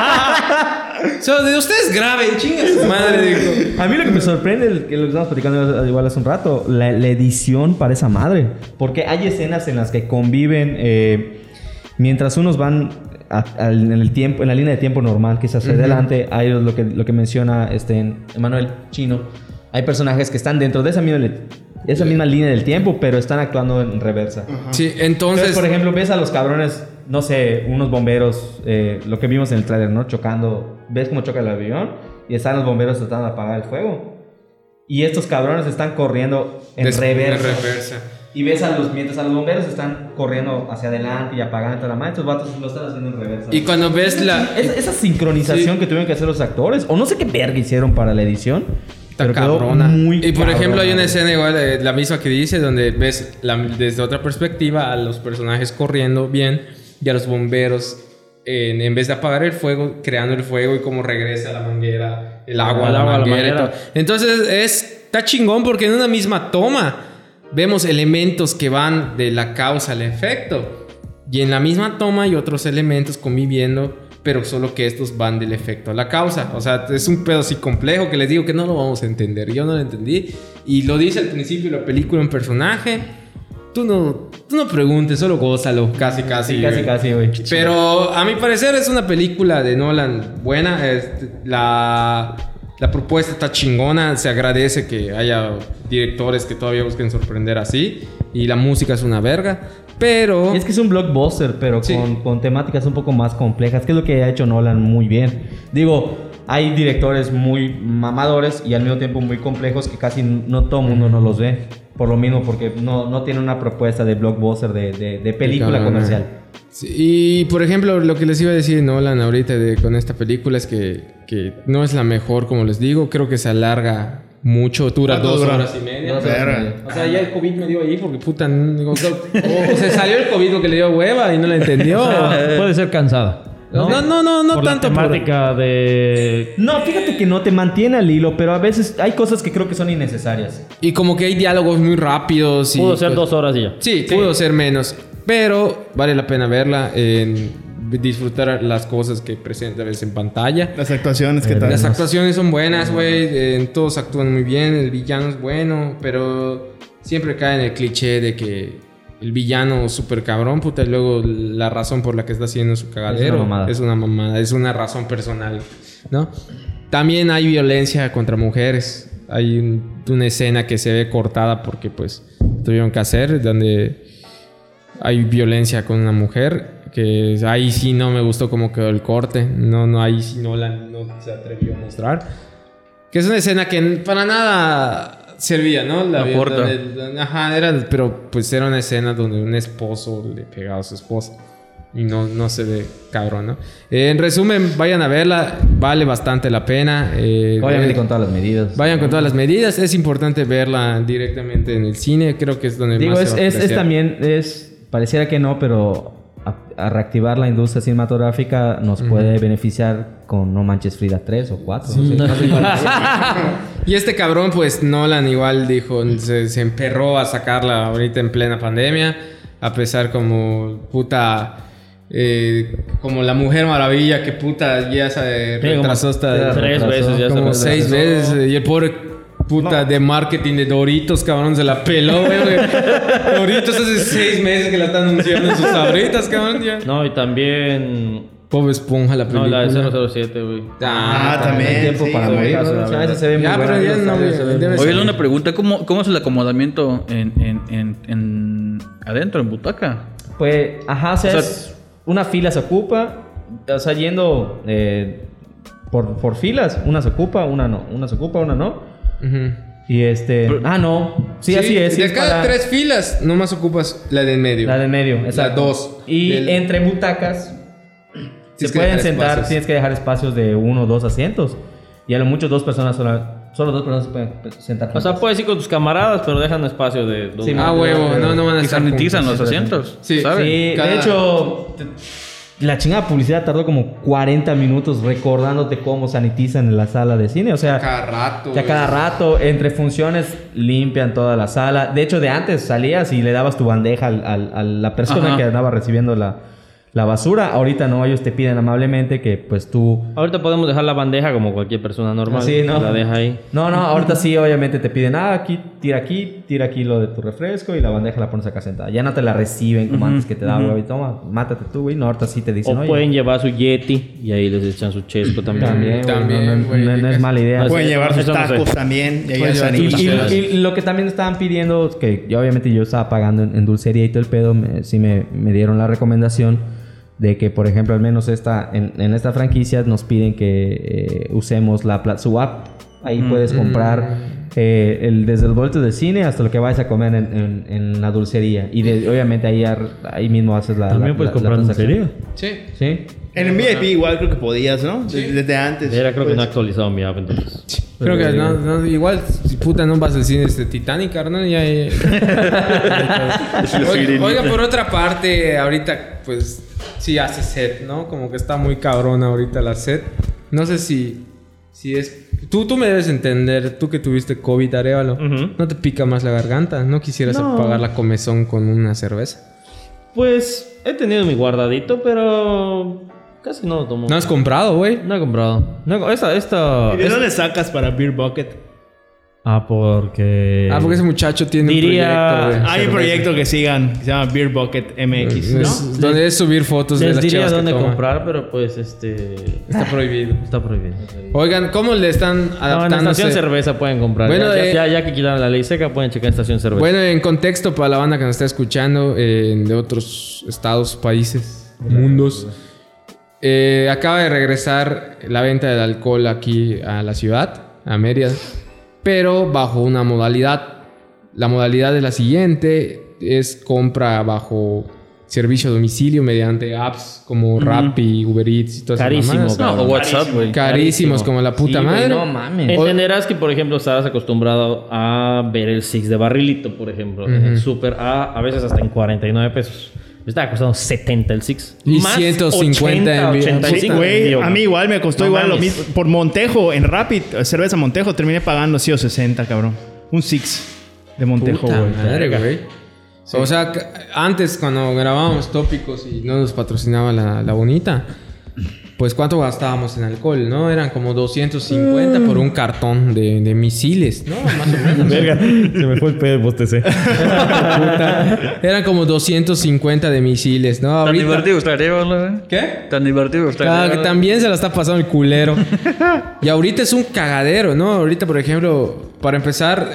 De ustedes graben, chinga su madre, dijo. A mí lo que me sorprende, que lo que estamos platicando igual hace un rato, la edición para esa madre. Porque hay escenas en las que conviven mientras unos van en el tiempo, en la línea de tiempo normal, que es hacia adelante. Hay lo que menciona Emmanuel Chino. Hay personajes que están dentro de esa misma línea del tiempo, pero están actuando en reversa. Sí, Entonces, entonces... por ejemplo, ves a los cabrones, no sé, unos bomberos, lo que vimos en el trailer, ¿no? Chocando, ves cómo choca el avión y están los bomberos tratando de apagar el fuego. Y estos cabrones están corriendo en reversa. Y ves mientras a los bomberos están corriendo hacia adelante y apagando toda la mano, estos vatos lo están haciendo en reversa. Y cuando ves la... Esa sincronización que tuvieron que hacer los actores, o no sé qué verga hicieron para la edición, Está pero quedó cabrona. muy Y por ejemplo, cabrona. hay una escena igual, la misma que dice, donde ves desde otra perspectiva a los personajes corriendo bien y a los bomberos, en vez de apagar el fuego, creando el fuego y cómo regresa la manguera, el agua a la manguera y todo. Entonces está chingón porque en una misma toma vemos elementos que van de la causa al efecto. Y en la misma toma hay otros elementos conviviendo, pero solo que estos van del efecto a la causa. O sea, es un pedo así complejo que les digo que no lo vamos a entender. Yo no lo entendí. Y lo dice al principio de la película un personaje. Tú no preguntes, solo gózalo. Casi, Sí, casi, güey. Pero a mi parecer es una película de Nolan buena. La propuesta está chingona. Se agradece que haya directores que todavía busquen sorprender así. Y la música es una verga. Pero... Y es que es un blockbuster, pero Sí. con temáticas un poco más complejas, que es lo que ha hecho Nolan muy bien. Digo, hay directores muy mamadores y al mismo tiempo muy complejos que casi no todo el mundo no los ve. Por lo mismo, porque no tiene una propuesta de blockbuster, de película Cabrón. comercial. Sí, y por ejemplo, lo que les iba a decir Nolan ahorita con esta película es que no es la mejor, como les digo. Creo que se alarga mucho, dura ¿Cuánto 2 dura? horas y media. Verga. O sea, ya el COVID me dio ahí porque puta... o se salió el COVID porque le dio hueva y no la entendió. Puede ser cansada. No Por tanto la temática de... No, fíjate que no te mantiene al hilo, pero a veces hay cosas que creo que son innecesarias. Y como que hay diálogos muy rápidos. Pudo ser pues, 2 horas y ya. Sí, pudo ser menos. Pero vale la pena verla, disfrutar las cosas que presenta a veces en pantalla. Las actuaciones, ¿qué tal? Las actuaciones son buenas, güey. Todos actúan muy bien. El villano es bueno, pero siempre cae en el cliché de que el villano súper cabrón, puta, y luego la razón por la que está haciendo su cagadero es una mamada, es una razón personal, ¿no? También hay violencia contra mujeres. hay una escena que se ve cortada porque pues tuvieron que hacer, donde hay violencia con una mujer, que ahí sí no me gustó cómo quedó el corte. No, ahí sí no se atrevió a mostrar. Que es una escena que para nada servía, ¿no? Aporta. Pero pues era una escena donde un esposo le pegaba a su esposa. Y no se ve cabrón, ¿no? En resumen, vayan a verla. Vale bastante la pena. Obviamente con todas las medidas. Vayan con todas las medidas. Es importante verla directamente en el cine. Creo que es donde Digo, más se va a es apreciar. también... Pareciera que no, pero a reactivar la industria cinematográfica nos puede beneficiar con No Manches Frida 3 o 4. No sé cuál es. Y este cabrón, pues Nolan igual dijo, se emperró a sacarla ahorita en plena pandemia. A pesar como puta... como la Mujer Maravilla, que puta ya se retrasó hasta... 3 veces ya como se 6 veces. Y el pobre... Puta, de marketing de Doritos, cabrón, se la peló, güey. Doritos hace 6 meses que la están anunciando en sus sabritas, cabrón, ya. No, y también... Bob Esponja, la No, película. la de 007, güey. También. Hay tiempo sí, para güey. morir, ¿no? O sea, a veces se ve muy Ya, buena, pero ya ¿no? no, Se ve güey, debe Oye, ser. una pregunta. ¿Cómo es el acomodamiento en adentro, en butaca? Pues, ajá, o sea, O sea, es una fila se ocupa, o sea, yendo por filas, una se ocupa, una no, una se ocupa, una no. Ujú. Y no, sí, así es. sí De es cada para 3 filas, nomás ocupas la del medio. la del medio, exacto. 2. Y entre butacas se Tienes que pueden dejar sentar, espacios. tienes que dejar espacios de 1 o 2 asientos. Y a lo mucho 2 personas, solo 2 personas se pueden sentar. O sea, juntas. puedes ir con tus camaradas, pero dejan espacio de... Sí, Ah, huevo, no van a Y estar sanitizan juntos. los asientos. Sí. ¿sabes? Sí, Cada- de hecho, la chingada publicidad tardó como 40 minutos recordándote cómo sanitizan en la sala de cine. O sea, Cada rato. ya cada rato, entre funciones, limpian toda la sala. De hecho, de antes salías y le dabas tu bandeja a la persona Ajá. que andaba recibiendo la basura. Ahorita no, ellos te piden amablemente que pues tú... Ahorita podemos dejar la bandeja como cualquier persona normal. Sí, ¿no? La deja ahí. No, ahorita sí, obviamente te piden, tira aquí lo de tu refresco y la bandeja la pones acá sentada. Ya no te la reciben como antes que te da, güey, toma, mátate tú, güey. No, ahorita sí te dicen, O oye, pueden llevar su Yeti y ahí les echan su chesco también. también, güey, También, güey. no es mala idea. No, Pueden sí, llevar sus eso no sé. tacos también. Y ahí Pueden ya llevar sanitizan. tus- Y lo que también estaban pidiendo, que yo obviamente yo estaba pagando en dulcería y todo el pedo, sí me dieron la recomendación de que, por ejemplo, al menos en esta franquicia nos piden que usemos su app. Ahí puedes comprar desde el boleto del cine hasta lo que vayas a comer en la dulcería. Y obviamente ahí mismo haces la También puedes comprar en transacción. serio. Sí. Sí. En el VIP igual creo que podías, ¿no? Desde antes. Era, creo que Pues, no he actualizado mi app entonces. Creo que no, igual, si puta no vas al cine Titanic, carnal, ya. Oiga, por otra parte, ahorita, pues, sí hace set, ¿no? Como que está muy cabrón ahorita la set. No sé si es... Tú me debes entender, tú que tuviste COVID, Arevalo. Ujú. ¿No te pica más la garganta? ¿No quisieras No. apagar la comezón con una cerveza? Pues he tenido mi guardadito, pero casi no lo tomo. ¿No has comprado, güey? No he comprado. No, esta... ¿Y de dónde sacas para Beer Bucket? Porque... Porque ese muchacho tiene Diría- un proyecto, güey. Hay un proyecto que sigan, que se llama Beer Bucket MX, ¿no? Es donde es subir fotos de Les las diría chivas que dónde toma. comprar, pero pues Está prohibido. está prohibido. Oigan, ¿cómo le están No, en adaptando? Estación Cerveza pueden comprar. Bueno, ya que quitaron la ley seca, pueden checar en Estación Cerveza. Bueno, en contexto para la banda que nos está escuchando de otros estados, países, mundos, acaba de regresar la venta del alcohol aquí a la ciudad, a Mérida, pero bajo una modalidad. La modalidad es la siguiente: es compra bajo servicio a domicilio mediante apps como Rappi, Uber Eats y todas esas Carísimo, mamadas. No, o WhatsApp, güey. Carísimos como la puta Sí, güey, madre. no mames. Entenderás que, por ejemplo, estabas acostumbrado a ver el Six de barrilito, por ejemplo, en el súper, a veces hasta en 49 pesos. Me estaba costando 70 el Six. Y Más 150 en 85. Sí, güey, Digo, a mí igual me costó no igual lo mames. mismo. Por Montejo, en Rapid, cerveza Montejo, terminé pagando sí o 60, cabrón. Un Six de Montejo, Puta güey. madre, güey. O sea, antes cuando grabábamos tópicos y no nos patrocinaba la bonita, pues ¿cuánto gastábamos en alcohol, no? Eran como 250 por un cartón de misiles, ¿no? Más o menos. Verga, se me fue el pedo, bostecé. Puta. Eran como 250 de misiles, ¿no? Tan Ahorita... divertido estaría, ¿verdad? ¿Qué? Tan divertido estaría. Claro, que también se la está pasando el culero. Y ahorita es un cagadero, ¿no? Ahorita, por ejemplo, para empezar,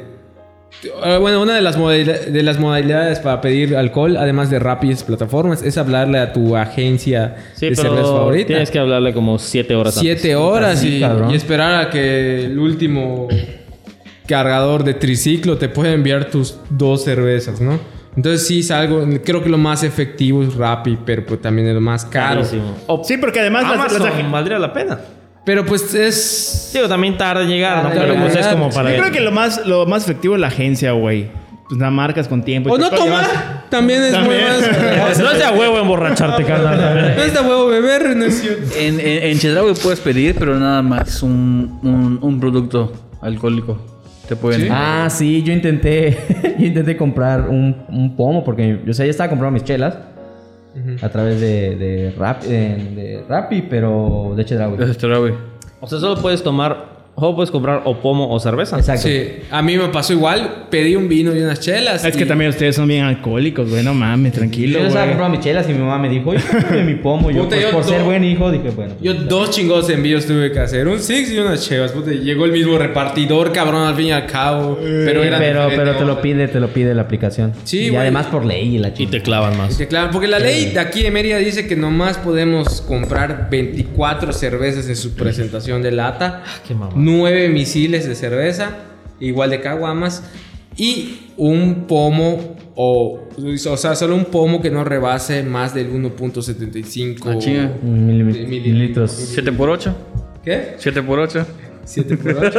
bueno, una de las modalidades para pedir alcohol, además de Rappi y plataformas, es hablarle a tu agencia Sí, de cerveza pero favorita. tienes que hablarle como 7 horas antes. 7 horas Sí, cabrón. y esperar a que el último cargador de triciclo te pueda enviar tus 2 cervezas, ¿no? Entonces sí es algo, creo que lo más efectivo es Rappi, pero pues también es lo más caro. Carísimo. O Sí, porque además Amazon valdría la pena. Pero pues es... Digo, también tarda en llegar, ¿no? Tarda en Pero pues es llegar. como para... Yo creo que lo más efectivo es la agencia, güey. Pues las marcas con tiempo. O no tomar, también es muy más... No es de a huevo emborracharte, carnal. No es de huevo beber, no es cierto. En Chedraui puedes pedir, pero nada más un producto alcohólico. Te pueden... ¿Sí? Ah, sí, yo intenté comprar un pomo porque yo ya estaba comprando mis chelas a través de Rappi, pero de Chedraui. Es Chedraui. O sea, solo puedes comprar o pomo o cerveza. Exacto. Sí, a mí me pasó igual. Pedí un vino y unas chelas. Es que y- también ustedes son bien alcohólicos, güey. No mames, tranquilo, Yo estaba güey. comprando mis chelas y mi mamá me dijo, oye, cómprame mi pomo. Y yo, Puta, pues, yo por ser to- buen hijo, dije, bueno. Yo 2 chingados de envíos tuve que hacer. Un Six y unas chevas. Puta, llegó el mismo repartidor, cabrón, al fin y al cabo. Pero era pero diferente, te lo pide la aplicación. Sí, y güey. además por ley y la Y chica. te clavan más. Sí, claro, porque la ley de aquí de Mérida dice que nomás podemos comprar 24 cervezas en su presentación de lata, Qué mamá. 9 misiles de cerveza, igual de caguamas, y un pomo, o sea, solo un pomo que no rebase más del 1.75 Ah, chinga. Mililitros. 7 por 8. ¿Qué? 7 por 8. 7 por 8.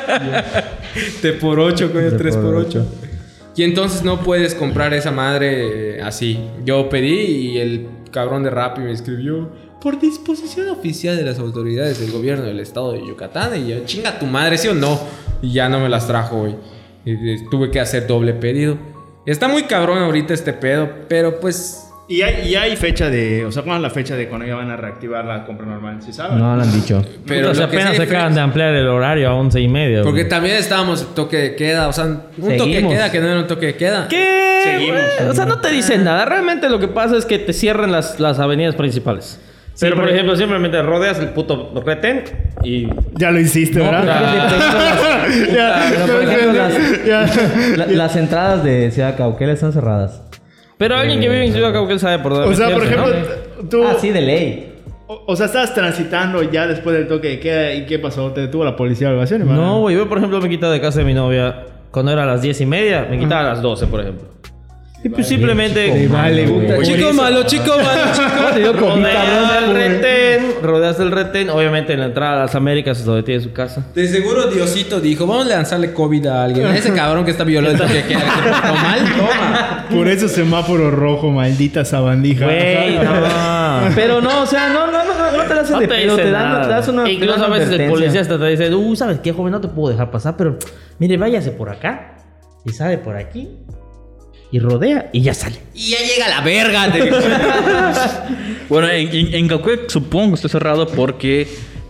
7 por 8, coño, 3 por 8. Y entonces no puedes comprar esa madre así. Yo pedí y el cabrón de Rappi me escribió por disposición oficial de las autoridades del gobierno del estado de Yucatán. Y yo, chinga tu madre, ¿sí o no? Y ya no me las trajo, güey. Y tuve que hacer doble pedido. Está muy cabrón ahorita este pedo, pero pues... Y hay fecha de... O sea, ¿cuándo es la fecha de cuando ya van a reactivar la compra normal? ¿Sí saben? No lo han dicho. Pero o sea, lo que apenas sí se acaban de diferencia- ampliar el horario a 11:30. Porque güey. también estábamos en toque de queda. O sea, un toque de Seguimos. queda que no era un toque de queda. ¿Qué? Seguimos. güey? O sea, no te dicen nada. Realmente lo que pasa es que te cierran las avenidas principales. Pero, por ejemplo, simplemente rodeas el puto retén y... Ya lo hiciste, ¿verdad? Pero por ejemplo, Ya. las entradas de Ciudad Cauquel están cerradas. Pero alguien que vive en Ciudad Cauquel sabe por dónde O sea, por meterse, ejemplo, ¿no? tú... Ah, sí, de ley. O sea, estabas transitando ya después del toque de queda. ¿Y qué pasó? ¿Te detuvo la policía o algo así? No, güey. Yo, por ejemplo, me quitaba de casa de mi novia cuando era a las 10:30. Me quitaba a las 12, por ejemplo. Y pues simplemente... chico vale, malo, puta, güey. Chico malo, chico malo, chico. Rodeas el retén. Obviamente en la entrada a las Américas es donde tiene su casa. De seguro Diosito dijo, vamos a lanzarle COVID a alguien. A ese cabrón que está violento que queda que se portó mal, toma. Por eso semáforo rojo, maldita sabandija. Güey, no. Pero no, o sea, no te la hacen No de te pedo, dicen te nada. das una. Incluso te dan a una veces el advertencia. policía hasta te dice, ¿sabes qué, joven? No te puedo dejar pasar, pero mire, váyase por acá y sale por aquí y rodea y ya sale. Y ya llega la verga. Te digo. Bueno, en Cauquel supongo que está cerrado porque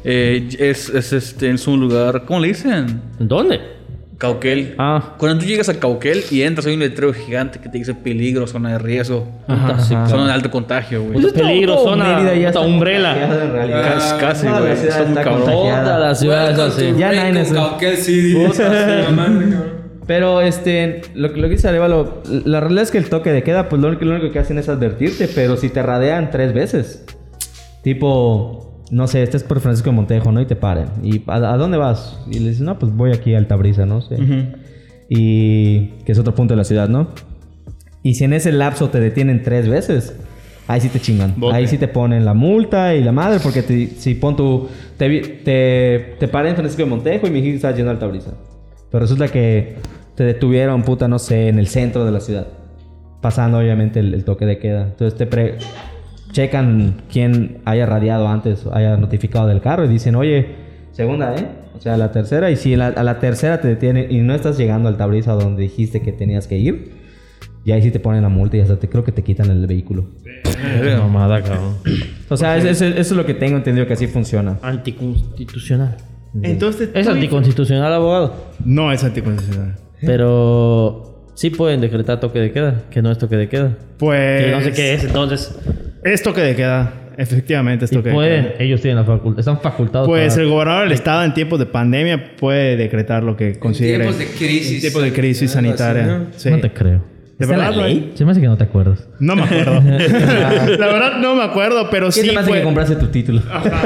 es un lugar... ¿Cómo le dicen? ¿Dónde? Cauquel. Ah. Cuando tú llegas a Cauquel y entras, hay un letrero gigante que te dice peligro, zona de riesgo, Puta, sí, zona de alto contagio, güey. Pues peligro, Todo zona, Mérida ya puta, está umbrella. contagiado en realidad. Casi, Toda güey. la ciudad Está muy está cabrón. contagiada. Toda la ciudad es así. Ya nadie Con es- Cauquel City. La madre, cabrón. Pero lo que dice Arevalo, la realidad es que el toque de queda, pues lo único que hacen es advertirte, pero si te radean 3 veces. Tipo, no sé, este es por Francisco de Montejo, ¿no? Y te paren. ¿Y a dónde vas? Y le dices, no, pues voy aquí a Altabrisa, no sé. Y que es otro punto de la ciudad, ¿no? Y si en ese lapso te detienen 3 veces, ahí sí te chingan. Bote. Ahí sí te ponen la multa y la madre, porque si pon tu... Te paren en Francisco de Montejo y me dijiste que estás yendo a Altabrisa. Pero resulta que te detuvieron, puta, no sé, en el centro de la ciudad. Pasando, obviamente, el toque de queda. Entonces checan quién haya radiado antes, haya notificado del carro y dicen, oye, segunda, ¿eh? O sea, la tercera. Y si a la tercera te detienen y no estás llegando al Altabrisa donde dijiste que tenías que ir, y ahí sí te ponen la multa y hasta creo que te quitan el vehículo. Qué mamada, cabrón. O sea, eso es lo que tengo entendido que así funciona. Anticonstitucional. Entonces, Es anticonstitucional, abogado. No es anticonstitucional. Pero sí pueden decretar toque de queda, que no es toque de queda. Pues... Que no sé qué es, entonces. Es toque de queda. Efectivamente, es Y toque de pueden, queda. ellos tienen la facultad, están facultados. Pues para- el gobernador del estado en tiempos de pandemia puede decretar lo que considere. tiempos de crisis. En tiempos de crisis sanitaria. ¿no? Sí. No te creo. ¿De ¿Está en verdad, la güey? ley? Se me hace que no te acuerdas. No me acuerdo. La verdad no me acuerdo, pero ¿Qué sí te me hace puede- que compraste tu título?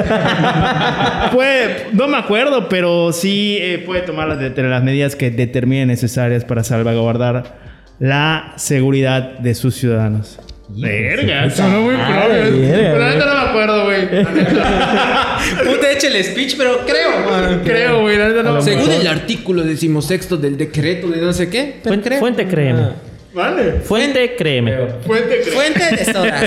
no me acuerdo, pero sí puede tomar las medidas que determine necesarias para salvaguardar la seguridad de sus ciudadanos. Verga, sonó muy madre, propio. verga, La neta no me acuerdo, güey. Puta, eche el speech, pero creo. Creo, güey. La neta no me Según acuerdo. el artículo 16 del decreto de no sé qué. pero creo. Fuente, créeme. Vale. Fuente, créeme. Fuente, creo. Fuente de sodas.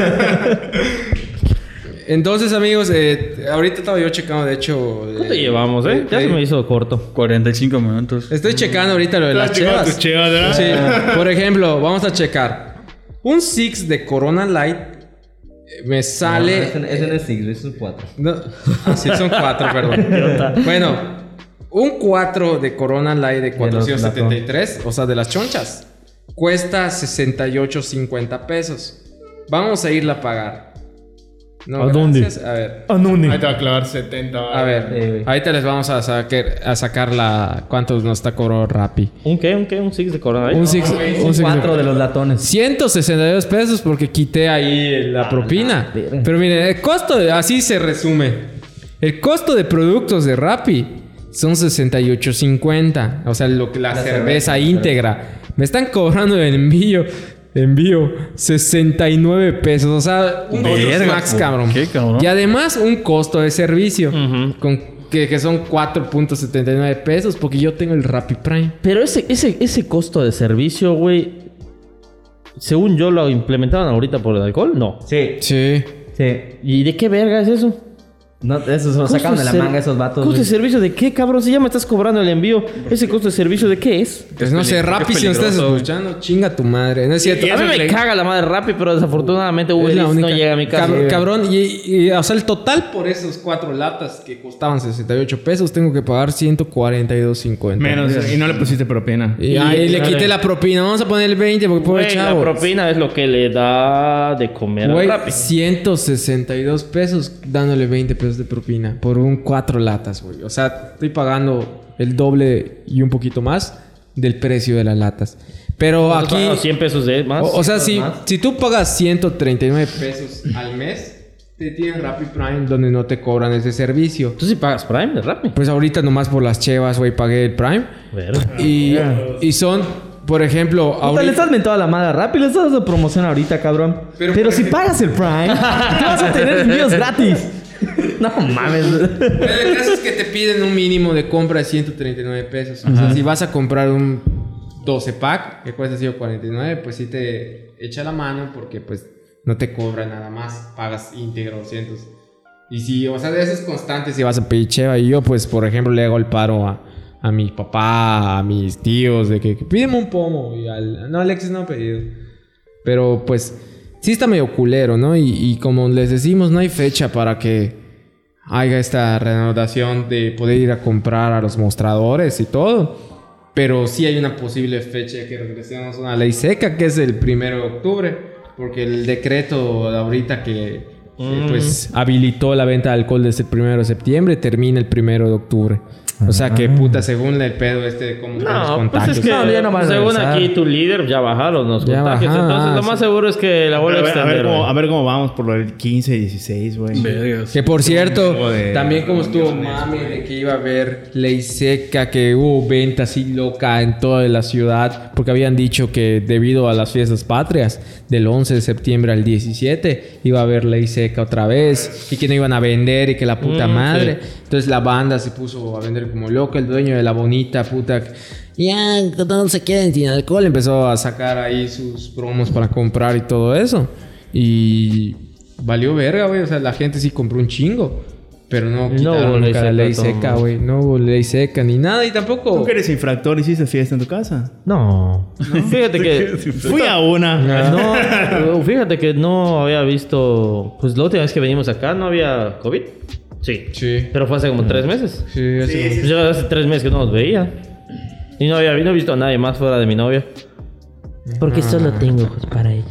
Entonces, amigos, ahorita estaba yo checando, de hecho... ¿Cuánto llevamos, Ya se me hizo corto. 45 minutos. Estoy checando ahorita lo de las Estás checando chevas. tus chevas, ¿verdad? Sí, por ejemplo, vamos a checar. Un Six de Corona Light me sale... Ese no es siglo, es un 4. No, sí, son 4, perdón. Bueno, un 4 de Corona Light de 473, o sea, de las chonchas, cuesta 68.50 pesos. Vamos a irla a pagar. No, ¿A dónde? gracias. A ver. Ahí te va a clavar 70. A ver, ahorita les vamos a sacar la... ¿Cuánto nos está cobrando Rappi? ¿Un qué? ¿Un six de corona? Un Six... Un 4 de los latones. 162 pesos porque quité ahí la propina. Pero miren, el costo, así se resume. El costo de productos de Rappi son 68.50. O sea, lo que la cerveza íntegra. Me están cobrando el envío 69 pesos. O sea, un Verga, max, cabrón. ¿qué, cabrón? Y además un costo de servicio. Que son 4.79 pesos porque yo tengo el Rappi Prime. Pero ese costo de servicio, güey, según yo lo implementaron ahorita por el alcohol, no. Sí, Sí. sí. ¿Y de qué verga es eso? No, eso se lo sacaron de la manga esos vatos. ¿Costo de güey. servicio de qué, cabrón? Si ya me estás cobrando el envío, ¿ese costo de servicio de qué es? Pues no sé, Rappi, si no estás peligroso, escuchando, chinga tu madre. No es cierto. A mí me caga la madre Rappi, pero desafortunadamente Uber Es la Eats no única. llega a mi casa. Cabrón, o sea, el total por esos 4 latas que costaban 68 pesos, tengo que pagar 142.50. Menos. Y no le pusiste propina. Y ahí le quité la propina. Vamos a poner el 20 porque pobre Güey, la chavo. propina es lo que le da de comer a Güey, Rappi. 162 pesos dándole 20 pesos de propina por un 4 latas, güey. O sea, estoy pagando el doble y un poquito más del precio de las latas. Pero Nosotros aquí... pagamos 100 pesos de más. O sea, si tú pagas 139 pesos al mes, te tienen Rappi Prime donde no te cobran ese servicio. ¿Tú sí pagas Prime de Rappi? Pues ahorita nomás por las chevas, güey, pagué el Prime. Verga. Y son, por ejemplo, Puta, le ahorita... estás mentando a la madre a Rappi, le estás dando promoción ahorita, cabrón. Pero si pagas el Prime, te vas a tener envíos gratis. No mames. Bueno, el caso es que te piden un mínimo de compra de 139 pesos. O sea, si vas a comprar un 12 pack que cuesta 149, pues sí te echa la mano porque pues no te cobra nada más. Pagas íntegro 200. Y si, o sea, de eso es constante si vas a pedir cheva. Y yo, pues, por ejemplo, le hago el paro a mi papá, a mis tíos, de que pídeme un pomo. Y no, Alexis no ha pedido. Pero pues sí está medio culero, ¿no? Y como les decimos, no hay fecha para que haya esta reanudación de poder ir a comprar a los mostradores y todo. Pero sí hay una posible fecha de que regresemos a una ley seca, que es el 1 de octubre. Porque el decreto de ahorita que pues habilitó la venta de alcohol desde el 1 de septiembre termina el 1 de octubre. O sea que puta, según el pedo de cómo están los No, pues contagios. es que No, ya no van a según regresar. aquí tu líder ya bajaron los Ya contagios. bajaron, Entonces lo más seguro es que la vuelva a extender. güey. A ver cómo vamos por el 15 y 16, güey. Vergas. Que por cierto, Como de- también como estuvo mami de que iba a haber ley seca, que hubo venta así loca en toda la ciudad, porque habían dicho que debido a las fiestas patrias, del 11 de septiembre al 17, iba a haber ley seca otra vez, y que no iban a vender y que la puta madre. Entonces la banda se puso a vender como loca, el dueño de la bonita puta... Ya, no se queden sin alcohol. Empezó a sacar ahí sus promos para comprar y todo eso. Y valió verga, güey. O sea, la gente sí compró un chingo. Pero no No quitaron hubo ley nunca la ley seca, seca, Tomás. güey. No hubo ley seca ni nada y tampoco... ¿Tú que eres infractor hiciste fiesta en tu casa? No. Fíjate que... Fui a una. No, fíjate que no había visto... Pues la última vez que venimos acá no había COVID. Sí. Sí. Pero fue hace como 3 meses. Sí, así. Pues yo hace 3 meses que no los veía. Y no he visto a nadie más fuera de mi novia. Porque solo tengo ojos para ella.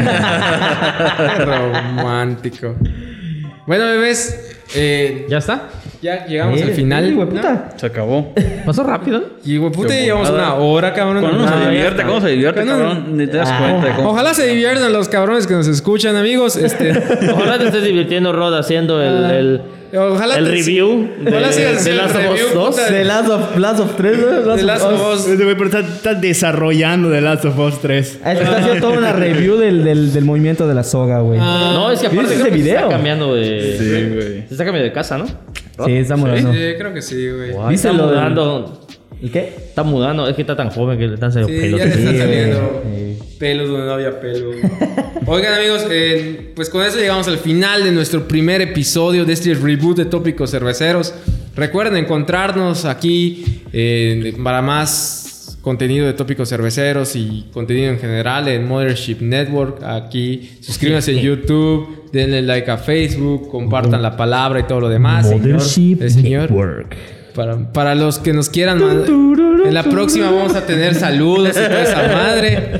Romántico. Bueno, bebés. ¿Ya está? Ya llegamos al final. Güey, puta. Se acabó. Pasó rápido, ¿no? Y güey, puta, llevamos una hora, cabrón. Cuando uno se Ah, divierte, ya ¿cómo se divierte, Cuando- cabrón? Ni te das cuenta de cómo... Ojalá se diviertan los cabrones que nos escuchan, amigos. Ojalá te estés divirtiendo, Rod, haciendo el Ojalá el te- review Ojalá de sigas haciendo Last el of Us review, 2. puta. The Last of 3, ¿no? The Last of Us. Ese güey, pero está desarrollando The Last of Us 3. Está haciendo toda una review del movimiento de la soga, güey. No, es que aparte ¿Viste creo ese que se video? está cambiando de... Sí, güey. Se está cambiando de casa, ¿no? Rod? Sí, está mudando. Sí, creo que sí, güey. ¿Viste Está lo del- mudando. ¿El qué? Está mudando. Es que está tan joven que le están saliendo Sí, pelos. ya le están Sí, saliendo sí. pelos donde no había pelos. Oigan, amigos, pues con eso llegamos al final de nuestro primer episodio de este reboot de Tópicos Cerveceros. Recuerden encontrarnos aquí para más contenido de Tópicos Cerveceros y contenido en general en Mothership Network. Aquí suscríbanse en YouTube, denle like a Facebook, compartan la palabra y todo lo demás. Mothership El señor. Network. Para los que nos quieran en la próxima vamos a tener saludos y toda esa madre.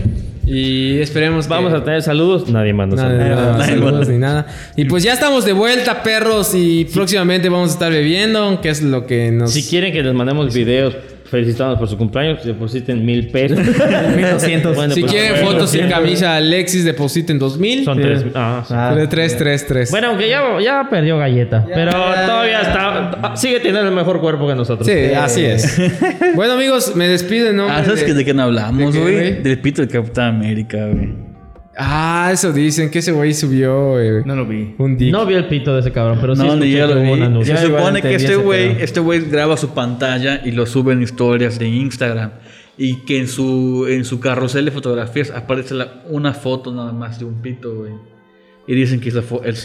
Y esperemos que... Vamos a tener saludos. Nadie manda Nada, saludos. nada, saludos ni nada. Y pues ya estamos de vuelta, perros. Y próximamente vamos a estar bebiendo, que es lo que nos... Si quieren que les mandemos videos felicitándonos por su cumpleaños, depositen 1,000 pesos. 1,200. Bueno, si pues, quieren bueno, fotos sin bueno. camisa, Alexis, depositen 2,000. Son 3. De 3. Bueno, aunque ya perdió galleta. Pero todavía está... Sigue teniendo el mejor cuerpo que nosotros. Sí, así es. Bueno, amigos, me despido en nombre ¿Sabes de qué no hablamos, ¿De qué, güey? güey? Del pito del Capitán América, güey. Eso dicen, que ese güey subió No lo vi. un dick. No vi el pito de ese cabrón, pero sí No, ni escuché yo que lo hubo vi. un anuncio. Se igual supone que entendí ese este güey graba su pantalla y lo sube en historias de Instagram. Y que en su carrusel de fotografías aparece una foto nada más de un pito, güey. Y dicen que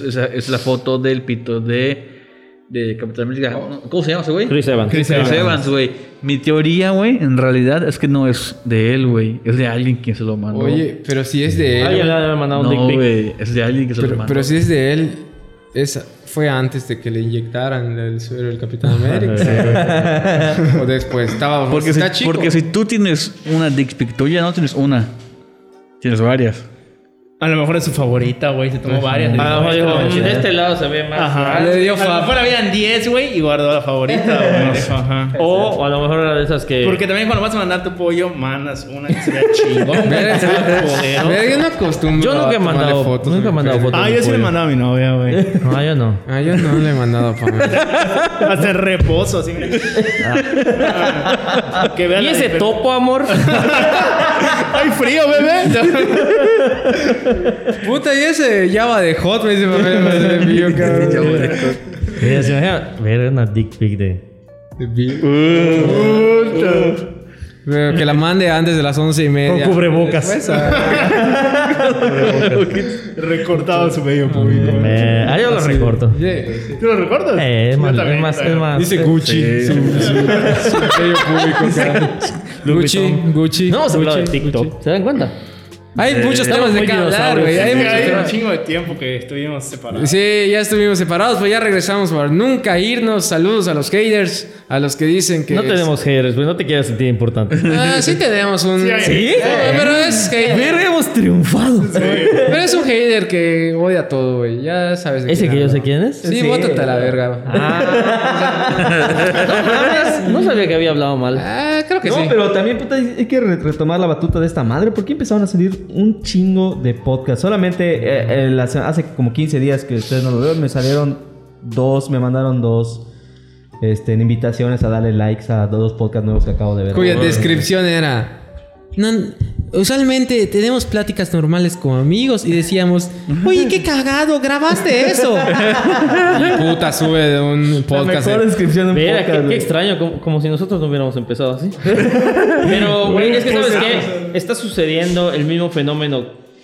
es la foto del pito de Capitán América. ¿Cómo se llama ese güey? Chris Evans. Chris Evans, güey. Mi teoría, güey, en realidad es que no es de él, güey. Es de alguien quien se lo mandó. Oye, pero si es de él. Alguien le ha mandado un no, dick pic. güey. Es de alguien que se lo mandó. Pero si es de él, fue antes de que le inyectaran el suero del Capitán América. O después. Está chico. Porque si tú tienes una dick pic tuya, no tienes una. Tienes varias. A lo mejor es su favorita, güey. Se tomó varias. A lo mejor dijo, de este lado se ve más. Ajá. Le dio A lo fab. mejor habían 10, güey, y guardó la favorita, güey. Dijo, ajá. O a lo mejor era de esas que... Porque también cuando vas a mandar tu pollo, mandas una que sería chingón. Verga, yo no acostumbro Yo nunca he a tomarle mandado fotos. nunca he mandado fotos. Ah, yo sí le mandaba a mi novia, güey. No, yo no. Yo no le he mandado para mí. Hacer reposo, así. Mira. Que vean ¿Y la ese diferencia. topo, amor? ¡Ay, frío, bebé! Puta, y ese Java de Hot me dice papel, me envió, cabrón. Mira, se imagina ver una dick pic de... Pero que la mande antes de las 11:30. Con cubrebocas. Después, Recortado su medio público. Yo lo recorto. ¿Tú lo recortas? Es Yo más, también, es más, claro. es más. Dice Gucci. Su sello público, cara. Gucci. No vamos a hablar de Gucci, TikTok. Gucci. ¿Se dan cuenta? Hay muchos temas de muy qué hablar, dinosaurios. güey. Hay muchos Hay un temas. chingo de tiempo que estuvimos separados. Sí, ya estuvimos separados, pero ya regresamos para nunca irnos. Saludos a los haters, a los que dicen que... No tenemos haters, güey. No te quieras sentir importante. Sí tenemos un... Sí, hay- ¿Sí? Pero es hater. Hemos triunfado. Pero es un hater que odia todo, güey. Ya sabes de ¿Ese quién que yo hablo. sé quién es? Sí, bótate a la verga. No sabía que había hablado mal. Creo que No, sí. pero también puta, hay que retomar la batuta de esta madre. ¿Por qué empezaron a salir un chingo de podcasts? Solamente hace como 15 días que ustedes no lo vieron, me salieron 2, me mandaron 2 invitaciones a darle likes a 2 podcasts nuevos que acabo de ver. Cuya descripción era... No, usualmente tenemos pláticas normales como amigos y decíamos, oye, qué cagado, grabaste eso. Y puta, sube de un La podcast. mejor descripción de un Mira, podcast. qué güey. extraño, como si nosotros no hubiéramos empezado así. Pero, güey, es que ¿sabes qué? Está sucediendo el mismo fenómeno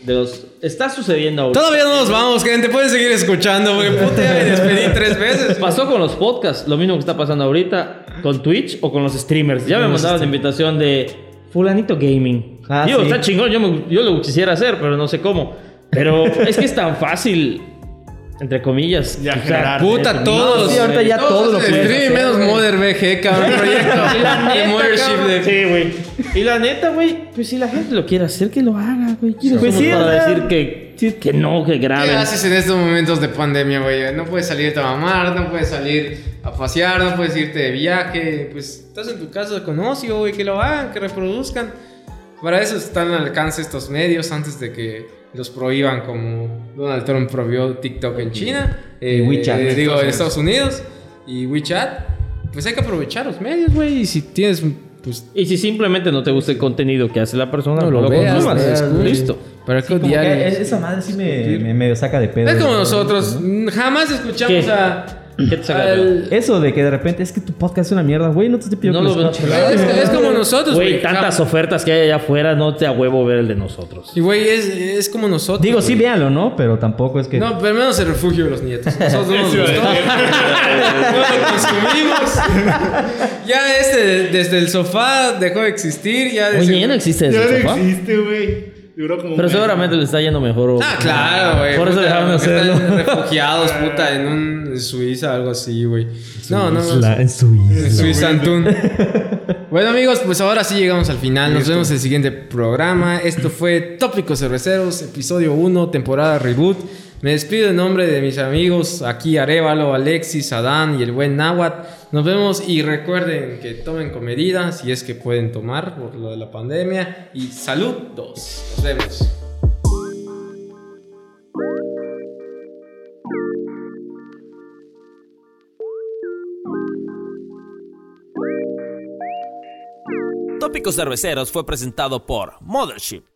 Está sucediendo ahorita. Todavía no nos vamos, gente. Pueden seguir escuchando, porque puta, ya me despedí 3 veces. Pasó con los podcasts, lo mismo que está pasando ahorita con Twitch o con los streamers. Ya me mandaron la invitación de Fulanito Gaming. Ah, Digo, sí. está chingón, yo lo quisiera hacer, pero no sé cómo. Pero es que es tan fácil, entre comillas. Ya, o sea, generar. Puta, todos. sí, ahorita ya todo lo hacen puedes stream, hacer, menos güey. Mother VG, cabrón. Proyecto Y la de neta, Mothership cabrón, de... sí, güey. Y la neta, güey, pues si la gente lo quiere hacer, que lo haga, güey. ¿Quiénes Pues somos sí, para o sea, decir que no, que ¿Qué graben? haces en estos momentos de pandemia, güey? No puedes salir a mamar, no puedes salir a pasear, no puedes irte de viaje. Pues estás en tu casa con ocio, güey, que lo hagan, que reproduzcan. Para eso están al alcance estos medios antes de que los prohíban, como Donald Trump prohibió TikTok en China. WeChat. Digo, en Estados Unidos. Y WeChat. Pues hay que aprovechar los medios, güey. Y si tienes, pues... Y si simplemente no te gusta el contenido que hace la persona, No no lo lo veas, consumas. no lo escuches. Listo. ¿Para qué Como que odiar? esa madre sí me medio saca de pedo. Es como nosotros. Jamás escuchamos ¿Qué? a... ¿Qué te saca de al- Eso de que de repente es que tu podcast es una mierda, güey. No te estoy pidiendo No que lo veo escuches. chingado. Es como nosotros, Güey, tantas Jamás. ofertas que hay allá afuera, no te a huevo ver el de nosotros. Y güey, es como nosotros. Digo, sí, güey. véanlo, ¿no? Pero tampoco es que... No, pero menos el refugio de los nietos. Nosotros no nos gustó. No lo consumimos. Ya desde el sofá dejó de existir. Ya desde- Oye, ya no existe Ya ese no sofá. existe, güey. Duró como. Pero seguramente le está yendo mejor. o- Ah, claro, güey. Por eso Puta, dejaron de porque hacerlo. están refugiados, puta, en Suiza, algo así, güey. No, no, no. en su isla. Suiza Antún. Bueno, amigos, pues ahora sí llegamos al final. Nos vemos en el siguiente programa. Esto fue Tópicos Cerveceros, episodio 1, temporada reboot. Me despido en nombre de mis amigos aquí Arévalo, Alexis, Adán y el buen Nahuatl. Nos vemos y recuerden que tomen con medida si es que pueden tomar por lo de la pandemia. Y salud, dos. Nos vemos. Tópicos Cerveceros fue presentado por Mothership.